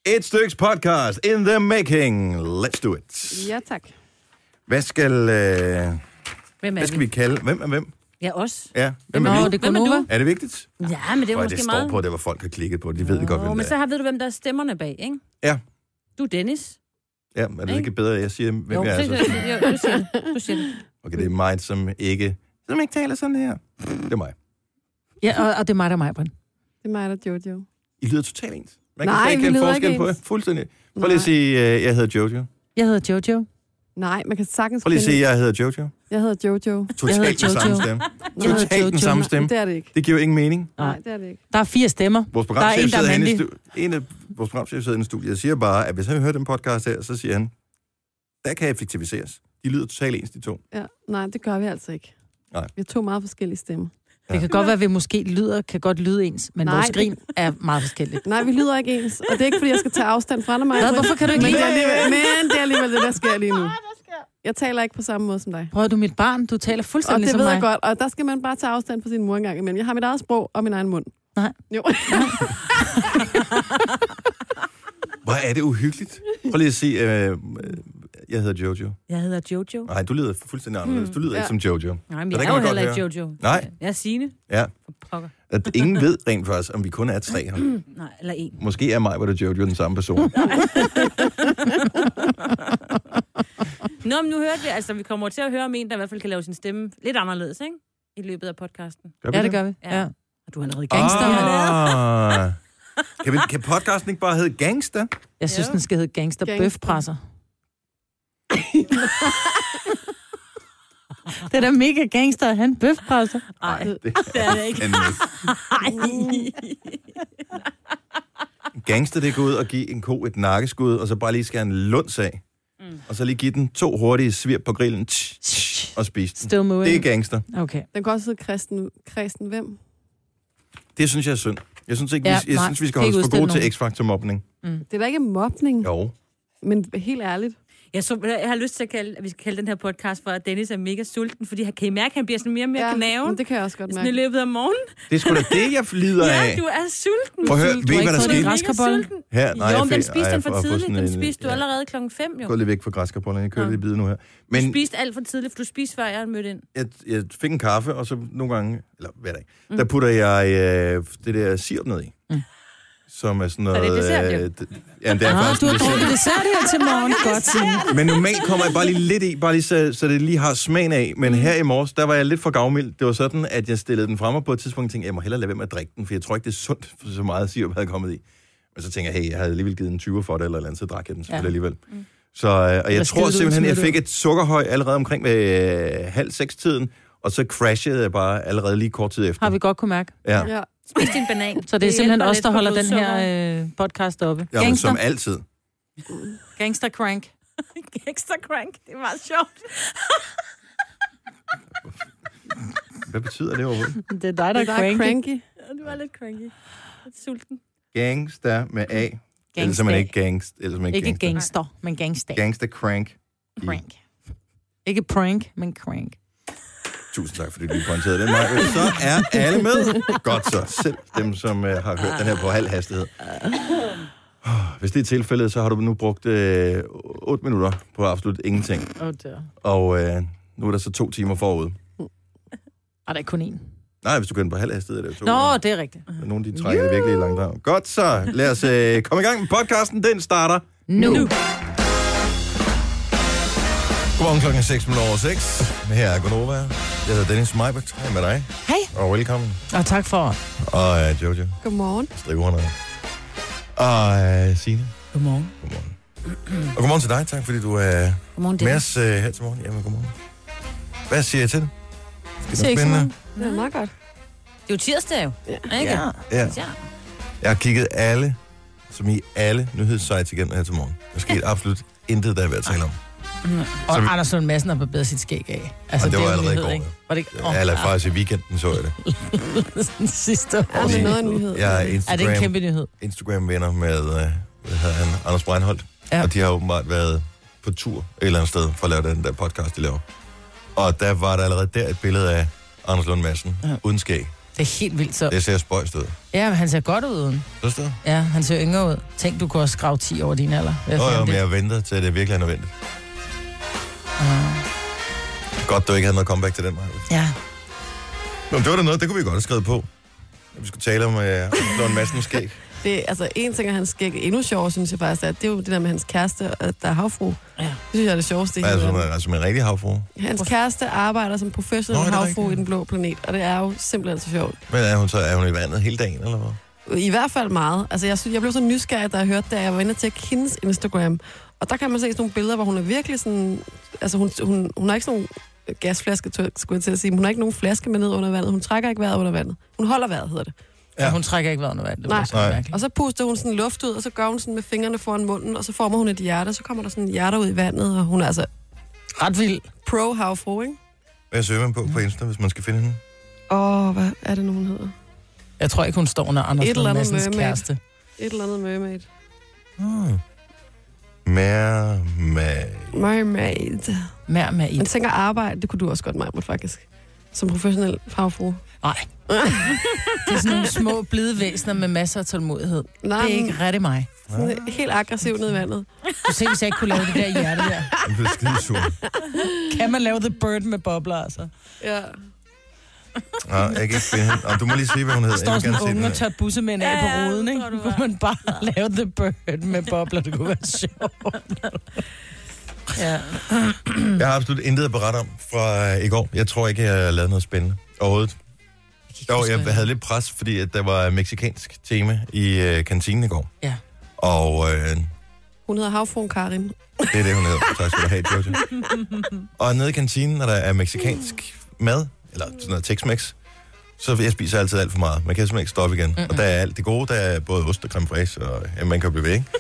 Et styks podcast in the making. Let's do it. Ja, tak. Hvad skal, hvad skal vi kalde? Hvem er hvem? Ja, os. Ja, hvem er vi? Det er du? Er det vigtigt? Ja, men det er måske det meget... står på, det hvor folk har klikket på. De ved det godt, hvem men det så er. ved du, hvem der er stemmerne bag, ikke? Ja. Du er Dennis. Ja, er det ikke bedre, at jeg siger, hvem jeg er? Du siger det. Okay, det er mig, som ikke taler sådan her. Det er mig. Ja, og det er mig, der er mig, Brind. Det er mig, der er Jojo. I lyder totalt ens. Man Nej, kan vi ikke lyder forskel ikke på ens. fuldstændig. Prøv lige at sige, jeg hedder Jojo. Jeg hedder Jojo. Nej, man kan sagtens... Prøv lige at sige, jeg hedder Jojo. Jeg hedder Jojo. Totalt den samme stemme. Totalt den samme stemme. Det er det ikke. Det giver jo ingen mening. Nej, det er det ikke. Der er 4 stemmer. Vores programchef sidder herinde en af vores programchef sidder i studiet. Jeg siger bare, at hvis han hører den podcast her, så siger han, der kan effektiviseres. De lyder totalt ens, de to. Ja, nej, det gør vi altså ikke. Nej. Vi har 2 meget forskellige stemmer. Det kan godt være, at vi måske kan godt lyde ens, men vores grin er meget forskelligt. Nej, vi lyder ikke ens. Og det er ikke, fordi jeg skal tage afstand fra dig, Maja. Hvorfor kan du ikke Men lide det er alligevel det, der sker lige nu. Jeg taler ikke på samme måde som dig. Prøv du mit barn, du taler fuldstændig og det som ved mig. jeg godt, og der skal man bare tage afstand fra sin mor engang imellem. Jeg har mit eget sprog og min egen mund. Nej. Jo. Hvor er det uhyggeligt. Prøv lige at sige, jeg hedder Jojo. Jeg hedder Jojo. Nej, du lyder fuldstændig anderledes. Du lyder ikke som Jojo. Nej, men jeg er jo heller ikke Jojo. Nej. Jeg er Signe. Ja. For pokker. At ingen ved rent faktisk, om vi kun er 3 her. Nej, eller 1. Måske er mig, hvor det Jojo den samme person. Nå, men nu hørte vi, altså vi kommer til at høre om en, der i hvert fald kan lave sin stemme lidt anderledes, ikke? I løbet af podcasten. Ja, det gør vi. Ja. Og du er allerede gangster. Kan podcasten ikke bare hedde Gangster? Jeg synes, den skal hedde Gangster Bøfpresser. Det er da mega gangster, han bøfpresser. Nej, det er det ikke. Gangster, det går ud og give en ko et nakkeskud, og så bare lige skære en lunds af. Og så lige give den 2 hurtige svirp på grillen, og spise den. Still moving. Det er gangster. Okay. Den kan også hedde Kristen hvem? Det synes jeg er synd. Jeg synes, ikke, Ja, jeg synes vi skal holde os for gode til X-Factor-mobning. Det er da ikke mobning. Jo. Men helt ærligt. Jeg har lyst til at vi skal kalde den her podcast for, at Dennis er mega sulten, fordi kan I mærke, at han bliver sådan mere og mere knaven? Det kan jeg også godt sådan mærke. i løbet af morgenen. Det er sgu da det, jeg lider af. Ja, du er sulten. Prøv at høre, ved I, hvad der skete? Græskarbolle? Her, nej, jo, men den spiste den for tidligt. Den spiste du ja. allerede 5:00, jo. Gå lidt væk fra græskarbollen. Jeg kører lidt videre nu her. Men, du spiste alt for tidligt, for du spiste før jeg mødte ind. Jeg fik en kaffe, og så nogle gange, eller hver dag, der putter jeg det der sirup ned i. Som er sådan noget... Er det dessert, jo? Ja, det er faktisk du har drukket dessert her til morgen. Godt, Signe. Men normalt kommer jeg bare lige lidt i, bare lige så det lige har smagen af. Men her i morges, der var jeg lidt for gavmild. Det var sådan, at jeg stillede den frem, og på et tidspunkt tænkte jeg, må hellere lade være med at drikke den, for jeg tror ikke, det er sundt, for så meget sirup havde kommet i. Men så tænkte jeg, jeg havde alligevel givet en 20 for det, eller andet, så drak jeg den selvfølgelig alligevel. Så, og jeg tror simpelthen, jeg fik et sukkerhøj allerede omkring ved 5:30-tiden, og så crashede jeg bare allerede lige kort tid efter. Har vi godt kunne mærke. Ja. Spis din banan. Så det er simpelthen os, der holder den her podcast oppe. Ja, men som altid. Gangster crank. Gangster crank. Det er meget sjovt. Hvad betyder det overhovedet? Det er dig, der er cranky. Ja, du var lidt cranky. Lidt sulten. Gangster med A. Ellers er man ikke gangster. Ikke gangster, men gangster. Gangster crank. Crank. Ikke prank, men crank. Tusind tak, fordi du lige pointerede den, Maja. Så er alle med. Godt så. Selv dem, som har hørt den her på halv hastighed. Hvis det er tilfældet, så har du nu brugt 8 minutter på absolut ingenting. Og nu er der så 2 timer forud. Og der er kun 1. Nej, hvis du kører den på halv hastighed, er det jo 2. Nå, det er rigtigt. Nogle, de trækker det virkelig langt af. Godt så. Lad os komme i gang med podcasten. Den starter nu. Godmorgen klokken 6:06. Her er Gunova. Jeg hedder Dennis Meibert. Hej med dig. Hej. Og velkommen. Og tak for. Og Jojo. Godmorgen. Strivhånderne. Og Signe. Godmorgen. Godmorgen. Og godmorgen til dig. Tak fordi du er med os her til morgen. Jamen, godmorgen. Hvad siger jeg til det? Skal det være spændende? Det er meget godt. Det er jo tirsdag jo. Ja. Ikke? Ja. Jeg har kigget alle nyhedssites igennem her til morgen. Der skete absolut intet, der er ved at tale om. Og Anders Lund Madsen har barberet sit skæg af. Altså, det var allerede i går. Var det ikke? Eller faktisk i weekenden så jeg det. Sidste år. Er det noget af en nyhed? Jeg er det en kæmpe nyhed? Instagram-venner med, hvad hedder han, Anders Breinholt. Ja. Og de har åbenbart været på tur et eller andet sted for at lave den der podcast, de laver. Og der var der allerede der et billede af Anders Lund Madsen uden skæg. Det er helt vildt så. Det ser spøjst ud. Ja, men han ser godt ud uden. Synes du? Ja, han ser yngre ud. Tænk, du kunne også grave 10 over din alder. Men jeg venter til, at det virkelig er nødvendigt. Godt, du ikke havde noget comeback til den, Maja. Ja. Nå, det var da noget, det kunne vi godt have skrevet på. Vi skulle tale om en masse med skæg. Det, altså, en ting, at han skæg endnu sjovere, synes jeg faktisk, at det er jo det der med hans kæreste, der er havfru. Ja. Det synes jeg er det sjoveste. Altså med en rigtig havfru? Hans kæreste arbejder som professionel havfru i Den Blå Planet, og det er jo simpelthen så sjovt. Men er hun i vandet hele dagen, eller hvad? I hvert fald meget. Altså, jeg blev så nysgerrig, da jeg hørte det, at jeg var inde og tjekke hendes Instagram. Og der kan man se sådan nogle billeder, hvor hun er virkelig sådan... Altså, hun har ikke sådan nogle gasflaske, skulle jeg til at sige. Hun har ikke nogen flaske med ned under vandet. Hun trækker ikke vejret under vandet. Hun holder vejret, hedder det. Ja, hun trækker ikke vejret under vandet. Nej. Og så puster hun sådan luft ud, og så gør hun sådan med fingrene foran munden, og så former hun et hjerte, og så kommer der sådan hjerter ud i vandet, og hun er altså... Ret vild. Pro-havfru, ikke? Hvad søger man på Insta, hvis man skal finde hende? Hvad er det nu, hun hedder? Jeg tror ikke, hun står under Anders Lund Madsens kæreste. Et eller andet mermaid. Mermaid. Man tænker arbejde, det kunne du også godt, Maja, faktisk. Som professionel havfru. Nej. Det er sådan nogle små blide væsener med masser af tålmodighed. Nej, det er ikke rigtig mig. Helt aggressiv ned i vandet. Du ser, hvis jeg ikke kunne lave det der hjerte der. Den bliver skidesur. Kan man lave The Bird med bobler, altså? Ja. Nå, jeg kan ikke finde hende. Og du må lige sige, hvad hun hedder. Der står sådan en unge og tør bussemænd af på ruden, ikke? Nu kunne man bare lave The Bird med bobler. Det kunne være sjovt. Ja. Jeg har absolut intet at berette om fra i går. Jeg tror ikke, jeg har lavet noget spændende overhovedet. Jeg havde lidt pres, fordi at der var mexicansk tema i kantinen i går. Ja. Og hun hedder havfruen Karin. Det er det, hun hedder. Tak skal du have, Jojo. Og nede i kantinen, når der er mexicansk mad, eller sådan noget Tex-Mex, så jeg spiser altid alt for meget. Man kan simpelthen ikke stoppe igen. Og der er alt det gode. Der er både ost og creme fraiche, og man kan blive ved, ikke?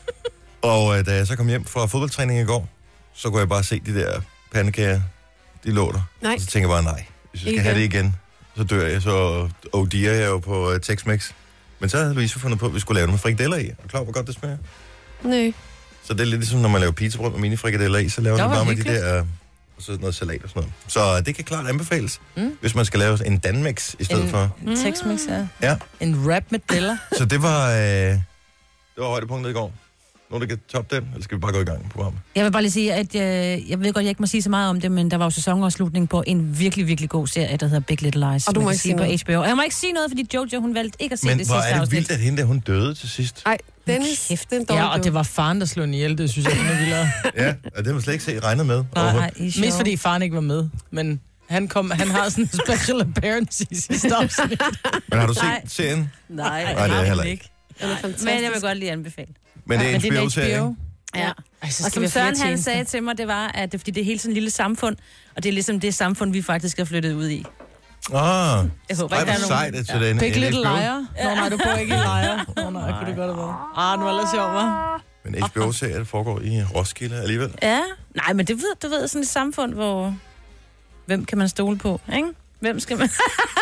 Og da jeg så kom hjem fra fodboldtræning i går, så kunne jeg bare se de der pandekager, de lå der. Nej. Og så tænker jeg bare, nej, hvis jeg skal have det igen, så dør jeg, så OD'er jeg jo på Tex-Mex. Men så havde Louise fundet på, at vi skulle lave det med frikadeller i. Er du klar, hvor godt det smager? Nej. Så det er lidt ligesom, når man laver pizzabrød med mini-frikadeller i, så laver man bare med de der, og så noget salat og sådan noget. Så det kan klart anbefales, hvis man skal lave en Danmix i stedet for. En Tex-Mex, ja. En wrap med deller. Så det var højdepunktet i går. Nogen, der kan toppe det, eller skal vi bare gå i gang på programmet? Jeg vil bare lige sige, at jeg ved godt, jeg ikke må sige så meget om det, men der var jo sæsonafslutning på en virkelig, virkelig god serie, der hedder Big Little Lies. Og du må ikke sige noget. På HBO. Og jeg må ikke sige noget, fordi Jojo, hun valgte ikke at se det sidste afsnit. Men hvor er det vildt, at hende der, hun døde til sidst? Nej, Dennis, det er en dårlig. Ja, og det var faren, der slog hende ihjel, det synes jeg, hun er vildere. Ja, og det har man slet ikke regnet med. Nej, mest fordi faren ikke var med, men han har sådan en special appearance i sidste afsnit. Men har du set serien? Nej, det er heller ikke. Men jeg vil godt lige anbefale. Men det er en HBO-serie. Ja. Og som Søren han sagde til mig, det var, at det, fordi det er helt sådan et lille samfund, og det er ligesom det samfund, vi faktisk er flyttet ud i. Jeg håber ikke, der er nogen... Big Little Liar. Nej, du bor ikke i Liar. Nej, kunne det godt have været. Nu er det sjovt, hva'? Men HBO-serie, det foregår i Roskilde alligevel. Ja, nej, men det ved, du ved, sådan et samfund, hvor... Hvem kan man stole på, ikke? Hvem skal man...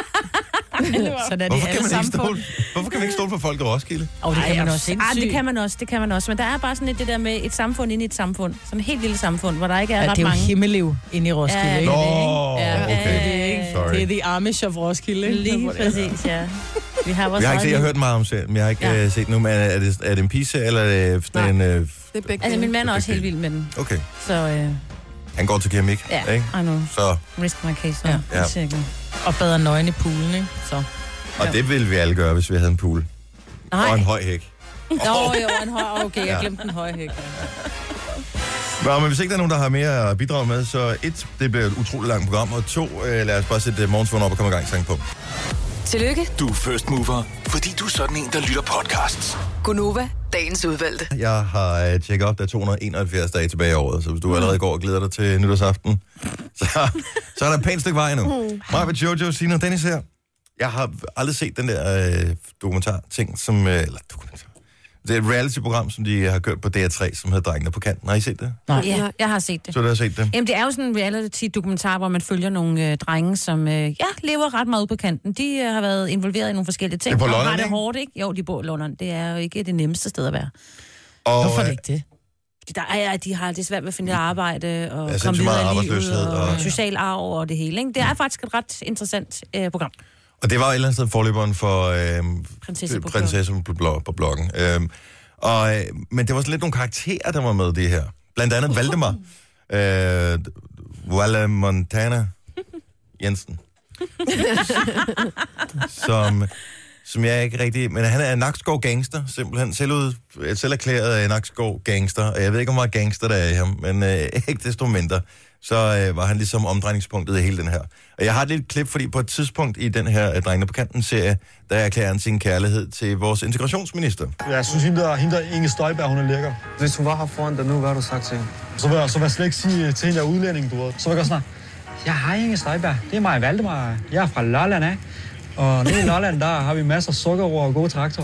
Hvorfor kan man ikke stole på folk i Roskilde? Det kan man også. Det kan man også. Men der er bare sådan det der med et samfund inde i et samfund. Sådan et helt lille samfund, hvor der ikke er ret mange. Det er jo Himmelev inde i Roskilde, ikke? Okay. Det er The Amish of Roskilde, ikke? Lige præcis, ja. Jeg har hørt meget om serien, men jeg har ikke set nu. Men er det en pige-serie, eller er det en... Det er begge. Altså, min mand er også helt vild med den. Okay. Så... Han går til keramik, ikke? I know. Så... Risk my case. Ja. Og bader nøgen i poolen, ikke? Så. Og det ville vi alle gøre, hvis vi havde en pool. Nej. Og en høj hæk. En høj... Okay, jeg glemte den høje hæk. Men hvis ikke der er nogen, der har mere at bidrage med, så 1, det bliver et utroligt langt program, og 2, lad os bare sætte morgensvågen op og komme i gang sang på. Tillykke. Du er first mover, fordi du er sådan en, der lytter podcasts. Gunova, dagens udvalgte. Jeg har tjekket op, der er 271 dage tilbage i året, så hvis du allerede går og glæder dig til nytårsaften, så er der et pænt stykke vej nu. Mig med Jojo, Signe og Dennis her. Jeg har aldrig set den der dokumentar-ting, som... eller dokumentar. Det er et reality-program, som de har kørt på DR3, som hedder Drengene på kanten. Har I set det? Nej. Ja, jeg har set det. Så du har set det? Jamen, det er jo sådan en reality-dokumentar, hvor man følger nogle drenge, som lever ret meget ude på kanten. De har været involveret i nogle forskellige ting. Det er på London, og har det hårdt, ikke? Jo, de bor i London. Det er jo ikke det nemmeste sted at være. Og, hvorfor er det ikke det? De har det svært ved at finde arbejde og komme videre i livet og social arv og det hele. Ikke? Det er faktisk et ret interessant program. Og det var et eller andet sted forløberen for Prinsesse på bloggen. Men det var sådan lidt nogle karakterer, der var med det her. Blandt andet Valdemar. Walla Montana Jensen. som jeg ikke rigtig... Men han er Nakskov gangster, simpelthen. Selv erklæret Nakskov gangster. Og jeg ved ikke, hvor meget gangster der er i ham, men ikke desto mindre. Så var han ligesom omdrejningspunktet i hele den her. Og jeg har et lille klip, fordi på et tidspunkt i den her Drengene på kanten-serie, der erklærer han sin kærlighed til vores integrationsminister. Jeg synes, hende der Inge Støjberg, hun er lækker. Hvis hun var her foran dig nu, hvad har du sagt til hende? Så vil jeg slet ikke sige til hende, der er udlænding, du ved. Så vil jeg godt ja, hej Inge Støjberg. Det er mig, Valdemar. Jeg er fra Lolland, ikke? Og nede i Lolland, der har vi masser af sukkerroer og gode traktorer.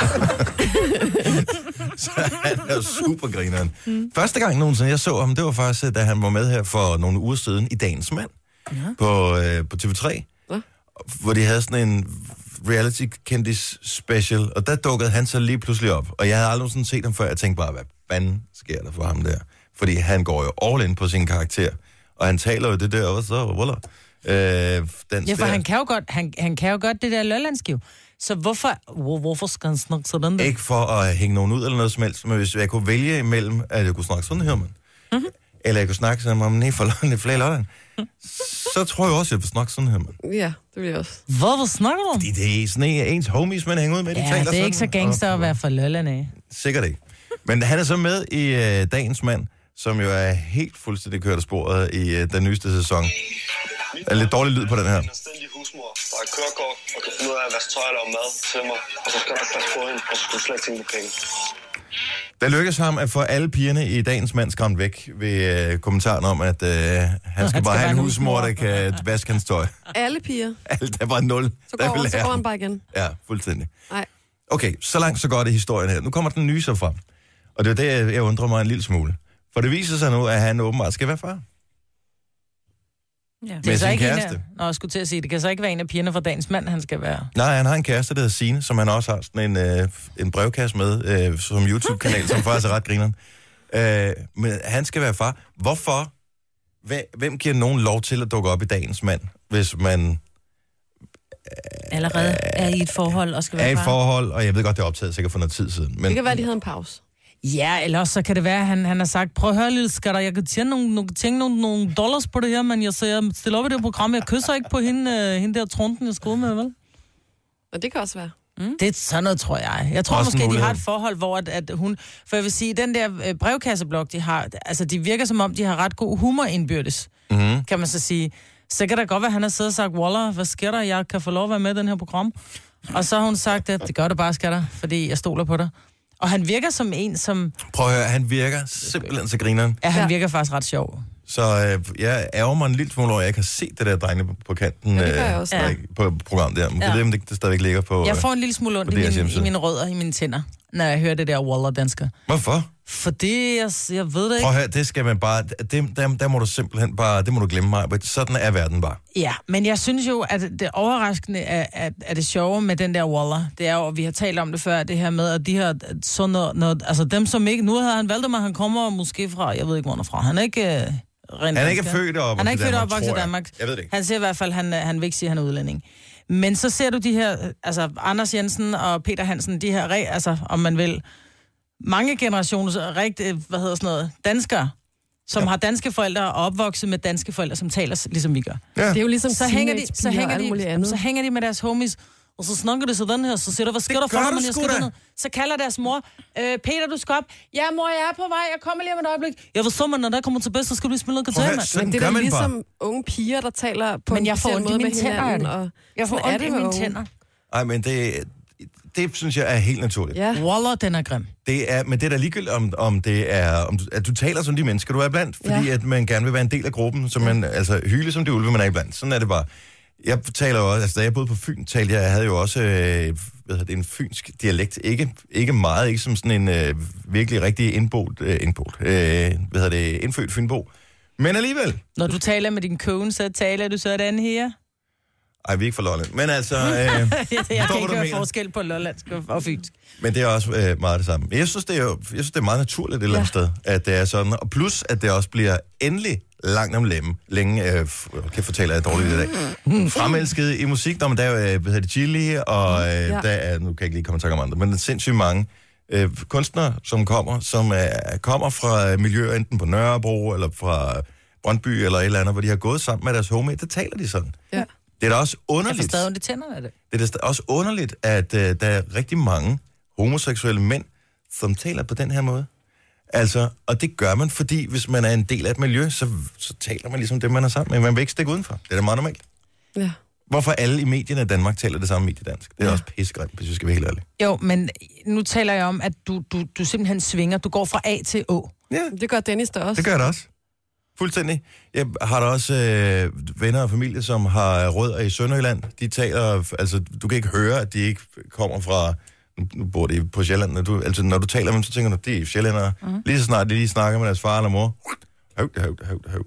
Så han er supergrineren. Første gang nogensinde, jeg så ham, det var faktisk, da han var med her for nogle uger siden i Dagens Mand på TV3, hvor de havde sådan en reality-kendis special, og der dukkede han så lige pludselig op. Og jeg havde aldrig sådan set ham før, jeg tænkte bare, hvad fanden sker der for ham der? Fordi han går jo all in på sin karakter, og han taler jo det der, og så ruller. For han kan jo godt det der lollandskiv. Så hvorfor skal han snakke sådan der? Ikke for at hænge nogen ud eller noget som helst, men hvis jeg kunne vælge imellem, at jeg kunne snakke sådan her, eller jeg kunne snakke sådan om ned for flere Lolland, så tror jeg også, at jeg vil snakke sådan her, Ja, det vil jeg også. Hvorfor snakker du om? Fordi det er sådan ens homies, man hænger ud med. Ja, det er ikke så gangster at være fra Lolland af. Sikkert ikke. Men han er så med i Dagens Mand, som jo er helt fuldstændig kørt af sporet i den nyeste sæson. Der er lidt dårlig lyd på den her. En anstændig husmor, der er kørekort og kan finde ud af at vaske tøj og mad til mig. Og så skal der passe på hende, og så skal du slet ikke tænke på penge. Der lykkedes ham at få alle pigerne i Dagens Mand skræmt væk ved kommentaren om, at han skal bare have en husmor, der kan vaske hans tøj. Alle piger? Der var 0. Så går han bare igen. Ja, fuldstændig. Nej. Okay, så langt så godt i historien her. Nu kommer den nye så frem. Og det er det, jeg undrer mig en lille smule. For det viser sig nu, at han åbenbart skal være far. Ja. Med sin kæreste. Jeg skulle til at sige, det kan så ikke være en af pigerne fra Dagens Mand, han skal være. Nej, han har en kæreste, der hedder Signe, som han også har sådan en brevkasse med, som YouTube-kanal, som faktisk er ret grineren. Men han skal være far. Hvorfor? Hvem giver nogen lov til at dukke op i Dagens Mand, hvis man... allerede er i et forhold og skal være far? Er i et forhold, og jeg ved godt, det er optaget sikkert for noget tid siden. Men... Det kan være, de havde en pause. Ja, eller så kan det være, at han har sagt, prøv at høre lidt, skatter, jeg kan tjene nogle dollars på det her, men jeg stiller op i det program, jeg kysser ikke på hende der trunten, jeg skruede med, vel? Og det kan også være. Det er sådan noget, tror jeg. Jeg tror også måske, de har et forhold, hvor at hun... For jeg vil sige, den der brevkasseblok, de har... Altså, de virker som om, de har ret god humor indbyrdes, kan man så sige. Så kan der godt være, at han har siddet og sagt, Waller, hvad sker der? Jeg kan få lov at være med i den her program. Og så har hun sagt, at det gør det bare, skatter, fordi jeg stoler på dig. Og han virker som en, som... Prøv at høre, han virker simpelthen så grineren. Ja, han virker faktisk ret sjov. Så jeg ærger mig en lille smule over, at jeg ikke har set det der Drengene på kanten på programmet der. Men det er det stadigvæk ligger på. Jeg får en lille smule ondt i mine rødder, i mine tænder, når jeg hører det der Waller-dansker. Hvorfor? Fordi jeg ved det ikke. Prøv at høre, det skal man bare... Der må du simpelthen bare... Det må du glemme mig. Sådan er verden bare. Ja, men jeg synes jo, at det overraskende er det sjove med den der Waller. Det er jo, og vi har talt om det før, det her med, at de her sådan noget... Altså dem, som ikke... Nu har han valgt, at han kommer måske fra... Jeg ved ikke, hvor han er fra. Han er ikke... Han er ikke født og han er ikke født og opvokset i Danmark. Jeg ved det ikke. Han siger i hvert fald, han vil ikke sige, at han er udlænding. Men så ser du de her, altså Anders Jensen og Peter Hansen, de her, altså om man vil, mange generationer, danskere, som har danske forældre og opvokset med danske forældre, som taler ligesom vi gør. Ja. Det er jo ligesom så hænger de med deres homies, og så snakker de sådan her, så siger du, hvad sker der for mig, så kalder deres mor, Peter, du skal op. Ja, mor, jeg er på vej, jeg kommer lige om et øjeblik. Jeg forstår, når der kommer til bedst, så skal du lige spille noget guitar, mand. Men det er ligesom unge piger, der taler på en måde med hinanden. Jeg får ondt i mine tænder. Ej, men det synes jeg er helt naturligt. Ja. Waller, den er grim. Men det er da ligegyldigt, om det er, at du taler som de mennesker, du er blandt, fordi at man gerne vil være en del af gruppen, så man hyle som de ulve, man er iblandt. Sådan er det bare. Jeg taler jo også, da jeg boede på Fyn, jeg havde jo også en fynsk dialekt. Ikke meget, ikke som sådan en virkelig rigtig indfødt fynbo. Men alligevel. Når du taler med din kone, så taler du sådan her? Ej, vi er ikke fra Lolland. Men altså... Jeg kan ikke høre forskel på lollandsk og fynsk. Men det er også meget det samme. Jeg synes, det er meget naturligt et eller andet sted, at det er sådan. Og plus, at det også bliver endelig langt om længe kan fortælle, at jeg er dårligt i dag. Fremelsket i musik, der er jo Chili, og der er, nu kan jeg ikke lige komme og takke om andre, men der er sindssygt mange kunstnere, som kommer fra miljøer, enten på Nørrebro, eller fra Brøndby, eller et eller andet, hvor de har gået sammen med deres homie, der taler de sådan. Ja. Det er da også underligt. Jeg får stadig ondt i tænderne af det. Det er da også underligt, at der er rigtig mange homoseksuelle mænd, som taler på den her måde. Altså, og det gør man, fordi hvis man er en del af et miljø, så taler man ligesom det, man er sammen med. Man vil ikke stikke udenfor. Det er da meget normalt. Ja. Hvorfor alle i medierne i Danmark taler det samme mediedansk? Det er også pissegrimt, hvis vi skal være helt ærlige. Jo, men nu taler jeg om, at du simpelthen svinger. Du går fra A til Å. Ja. Det gør Dennis da også. Det gør det også. Fuldstændig. Jeg har da også venner og familie, som har rødder i Sønderjylland. De taler, altså du kan ikke høre, at de ikke kommer fra, nu bor de på Sjælland, når du taler med dem, så tænker du, de er sjællændere. Lige så snart de lige snakker med deres far eller mor, høv.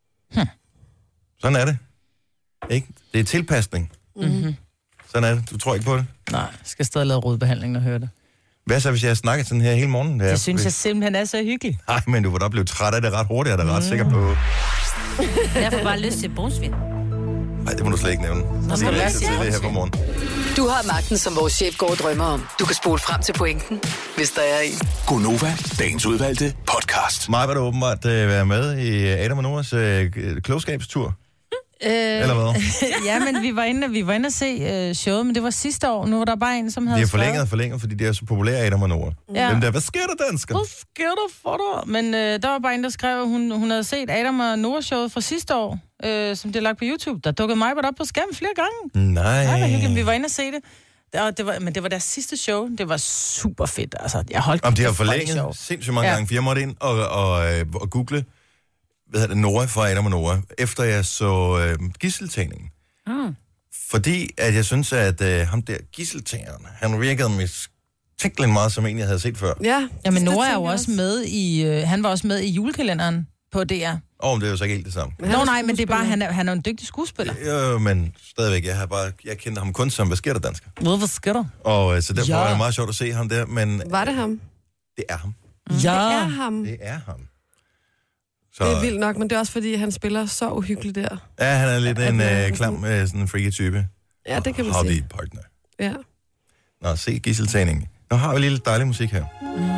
Sådan er det. Ikke? Det er tilpasning. Sådan er det. Du tror ikke på det? Nej, jeg skal stadig lave rodbehandling, når jeg hører det. Hvad så, hvis jeg snakker sådan her hele morgenen? Det synes jeg simpelthen er så hyggeligt. Nej, men du var da blevet træt af det ret hurtigt, jeg er da ret sikker på. Jeg får bare lyst til brunsvin. Nej, det må du slet ikke nævne. Det er det her for morgen. Du har magten, som vores chef går og drømmer om. Du kan spole frem til pointen, hvis der er en. Gonova, dagens udvalgte podcast. Mig var da åbenbart være med i Adam og Noras klogskabstur. Eller hvad? Ja, men vi var inde og se showet, men det var sidste år. Nu var der bare en, som havde de har forlænget, fordi de er så populære, Adam og Nora. Ja. Dem der, hvad sker der, dansker? Hvad sker der for dig? Men der var bare en, der skrev, hun havde set Adam og Nora showet fra sidste år, som det er lagt på YouTube. Der dukkede mig op på skærmen flere gange. Nej. Vi var inde og se det. Men det var deres sidste show. Det var super fedt. Altså, jeg holdt de har forlænget sindssygt mange gange, for jeg måtte ind og google, hvad hedder det, Nora fra Adam og Nora, efter jeg så gidseltagningen. Fordi at jeg synes, at ham der gidseltageren, han virkede mistænkelig meget, som en, jeg havde set før. Ja, men Nora er jo også med i, han var også med i julekalenderen på DR. Men det er jo så ikke helt det samme. Nej, men det er bare, han er en dygtig skuespiller. Men stadigvæk, jeg kendte ham kun som, hvad sker der, dansker? Hvad sker der? Og så derfor var det meget sjovt at se ham der, men... Var det ham? Det er ham. Ja. Det er ham. Det er ham. Så... Det er vildt nok, men det er også fordi, han spiller så uhyggeligt der. Ja, han er lidt en klam, sådan en freaky type. Ja, det kan man sige. sige. Partner. Ja. Nå, se gidseltagning. Nu har vi lige lidt dejlig musik her.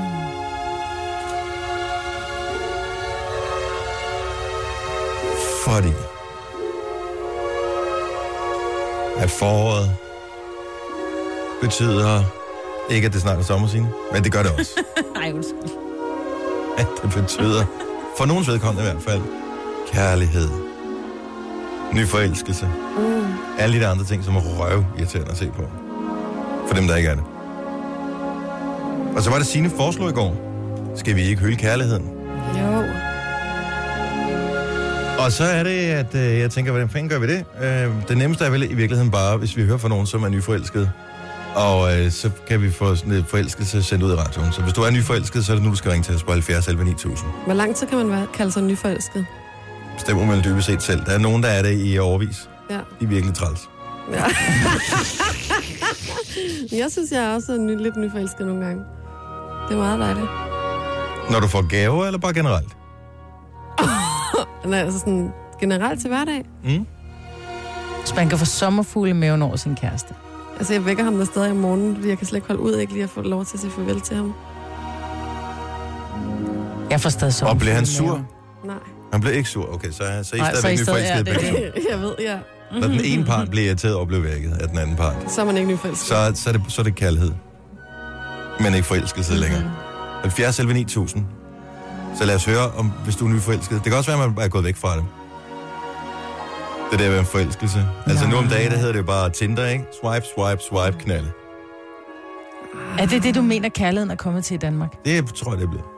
Fordi at foråret betyder ikke, at det snart er sommer, Signe, men det gør det også. Nej, undskyld. At det betyder, for nogens vedkommende i hvert fald, kærlighed, nyforelskelse, alle de andre ting, som er røvirriterende at se på. For dem, der ikke er det. Og så var det Signe foreslog i går. Skal vi ikke hylde kærligheden? Jo. Og så er det, at jeg tænker, hvordan fanden gør vi det? Det nemmeste er vel i virkeligheden bare, hvis vi hører fra nogen, som er nyforelsket. Og så kan vi få sådan et forelskelse sendt ud i radioen. Så hvis du er nyforelsket, så er det nu, du skal ringe til os på 70 11 9000. Hvor lang tid kan man kalde sig nyforelsket? Stemmer man dybest set selv. Der er nogen, der er det i overvis. Ja. De er virkelig træls. Ja. Jeg synes, jeg er også lidt nyforelsket nogle gange. Det er meget dejligt. Når du får gaver, eller bare generelt? Nej, altså sådan generelt til hverdag. Så man kan få sommerfugle i maven over sin kæreste. Altså, jeg vækker ham der stadig om morgenen, fordi jeg kan slet ikke holde ud, ikke lige at få lov til at sige farvel til ham. Jeg får stadig sommerfugle. Og bliver han sur? Nej. Han bliver ikke sur. Okay, så er I Nej, stadigvæk nyforelsket. Jeg ved, ja. Når den ene part bliver irriteret og bliver vækket af den anden part, Så er man ikke nyforelsket. så er det kærlighed. Men ikke forelskelse længere. 70 11 9000. Så lad os høre, om hvis du er nyforelsket. Det kan også være, at man er gået væk fra det. Det der med en forelskelse. Altså nu om dagen, der hedder det jo bare Tinder, ikke? Swipe, swipe, swipe, knalde. Er det det, du mener, kærligheden er kommet til i Danmark? Det tror jeg, det bliver.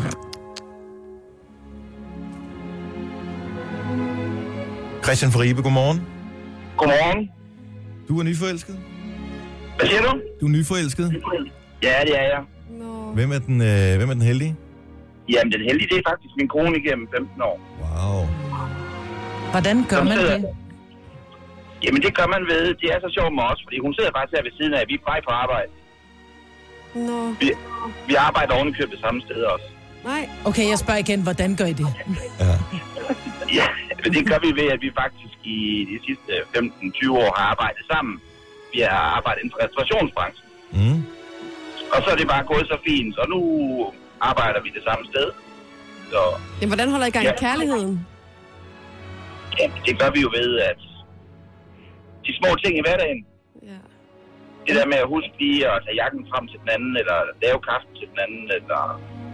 Christian fra Ribe, godmorgen. Godmorgen. Du er nyforelsket? Hvad siger du? Du er nyforelsket? Ja, det er jeg. Nå. Hvem er den heldige? Jamen, den heldige, det er faktisk min kone igennem 15 år. Wow. Hvordan gør man det? Jamen, det gør man ved. Det er så sjovt med os, fordi hun sidder faktisk her ved siden af. Vi er på arbejde. Nå. Vi arbejder ovenikøbet det samme sted også. Nej. Okay, jeg spørger igen, hvordan gør I det? Ja, det gør vi ved, at vi faktisk i de sidste 15-20 år har arbejdet sammen. Vi har arbejdet inden for restaurationsbranchen. Mm. Og så er det bare gået så fint, og nu arbejder vi det samme sted. Så, Jamen, hvordan holder I gang i kærligheden? ja, det gør vi jo ved, at de små ting i hverdagen, Ja. det der med at huske lige at tage jakken frem til den anden, eller lave kaffe til den anden, eller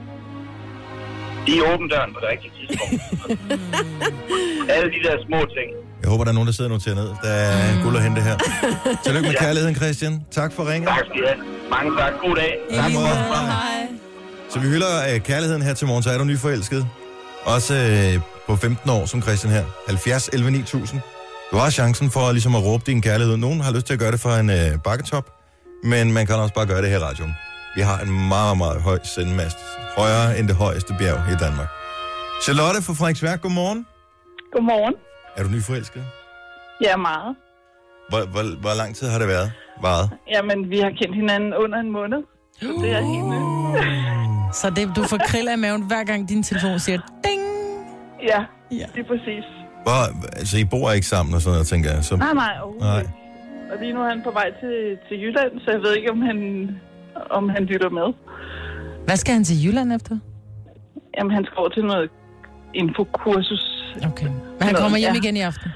lige åbne døren på det rigtige tidspunkt. Alle de der små ting. Jeg håber, der er nogen, der sidder og noterer ned. Der er guld at hente her. Tillykke med kærligheden, Christian. Tak for ringen. Tak skal I have. Mange tak. God dag. Tak for Hej. Så vi hylder kærligheden her til morgen, så er du nyforelsket. Også på 15 år, som Christian her. 70 11 9000. Du har chancen for ligesom at råbe din kærlighed. Nogen har lyst til at gøre det fra en bakketop, men man kan også bare gøre det her i radioen. Vi har en meget, meget høj sendemast. Højere end det højeste bjerg i Danmark. Charlotte fra Frederiksværk, godmorgen. Godmorgen. Er du nyforelsket? Ja, meget. Hvor lang tid har det været? Varet? Jamen, vi har kendt hinanden under en måned. Så det er helt nyt. Så det, du får kriller i maven, hver gang din telefon siger ding. Ja, det er præcis. Altså, I bor ikke sammen og sådan noget, tænker jeg. Så... Nej, overhovedet ikke. Og lige nu er han på vej til Jylland, så jeg ved ikke, om han lytter med. Hvad skal han til Jylland efter? Jamen, han skal over til noget infokursus. Okay. Men han kommer hjem igen i aften?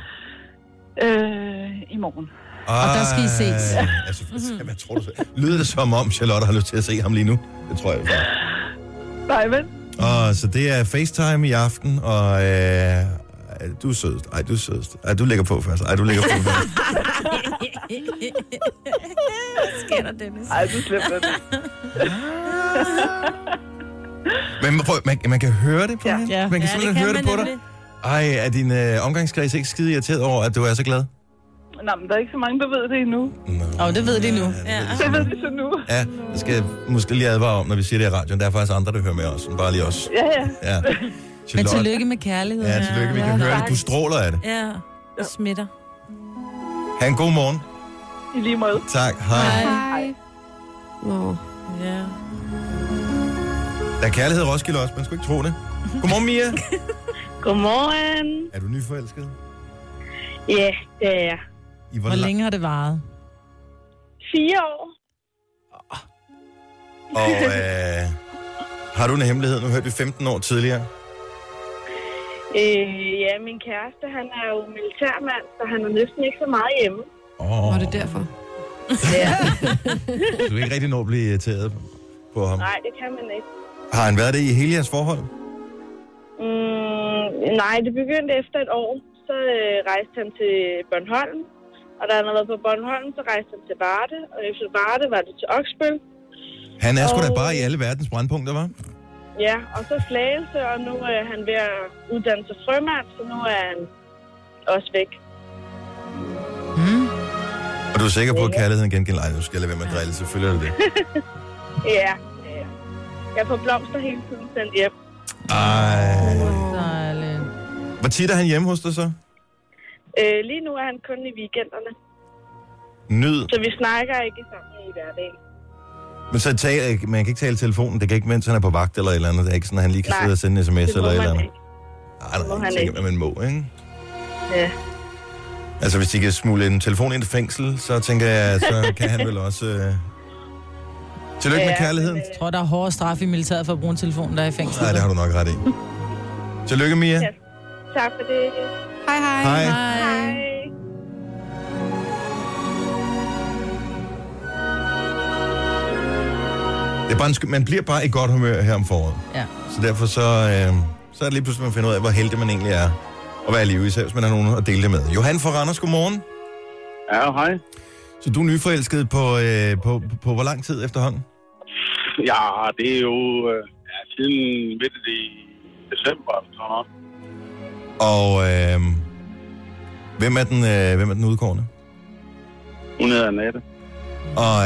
I morgen. Og der skal I ses. Altså, hvad tror du så? Lyder det som om, Charlotte har lyst til at se ham lige nu? Det tror jeg. Nej, vel? Og så det er FaceTime i aften, og du er sødest. Ej, du er sødest. Ej, du lægger på først. Ej, du lægger på først. Sker der, Dennis? Ej, du slipper det. Men prøv, man kan høre det på hende. Ja. Man kan simpelthen høre det på dig. Ej, er din omgangskreds ikke skide irriteret over, at du er så glad? Nå, men der er ikke så mange, der ved det endnu. Det ved de nu. Det ved de så nu. Ja, det skal jeg måske lige advare om, når vi siger det i radioen. Der er faktisk andre, der hører med os, bare lige os. Ja. Men tillykke med kærligheden. Ja, tillykke. Vi kan høre det. Du stråler af det. Ja, det smitter. Ha' en god morgen. I lige måde. Tak. Hej. Hej. Nå. Ja. Der er kærlighed i Roskilde også, man skulle ikke tro det. Godmorgen, Mia. Godmorgen. Er du nyforelsket? Ja, det er jeg. Hvor længe har det varet? 4 år. Og har du en hemmelighed? Nu hørte vi 15 år tidligere. Ja, min kæreste, han er jo militærmand, så han er næsten ikke så meget hjemme. Og det er derfor. Ja. Du kan ikke rigtig nå at blive irriteret på ham. Nej, det kan man ikke. Har han været det i hele jeres forhold? Nej, det begyndte efter et år. Så rejste han til Bornholm. Og da han havde været på Bornholm, så rejste han til Varde. Og efter Varde var det til Oksbøl. Han er sgu da bare i alle verdens brandpunkter, hva'? Ja, og så Slagelse, og nu er han ved at uddanne sig frømand, så nu er han også væk. Og du er sikker på, at kærligheden gengælder? Nej, nu skal jeg lade være med at drille, selvfølgelig er det det. Ja. Jeg får blomster hele tiden sendt hjem. Ej. Dejligt. Hvor tit er han hjemme hos dig så? Lige nu er han kun i weekenderne. Nyd. Så vi snakker ikke sammen i hverdagen. Men så man kan ikke tale i telefonen. Det kan ikke, mens han er på vagt eller et eller andet. Det er ikke sådan, at han lige kan sidde og sende en sms eller et eller andet. Nej, jeg tænker, man må, ikke? Ja. Altså, hvis de kan smule en telefon ind i fængsel, så tænker jeg, så kan han vel også... Tillykke med kærligheden. Jeg tror, der er hårdere straf i militæret for at bruge en telefon, der er i fængsel. Nej, det har du nok ret i. Tillykke, Mia. Ja. Tak for det. Hej. Hej. Det er bare man bliver bare i godt humør her om foråret. Ja. Så derfor så er det lige pludselig, man finder ud af, hvor heldig man egentlig er at være i live, især hvis man har nogen at dele det med. Johan fra Randers, godmorgen. Ja, hej. Så du er nyforelsket på hvor lang tid efterhånden? Ja, det er jo siden midt i december. Sådan noget. Og hvem er den udkårne? Hun hedder Annette. Og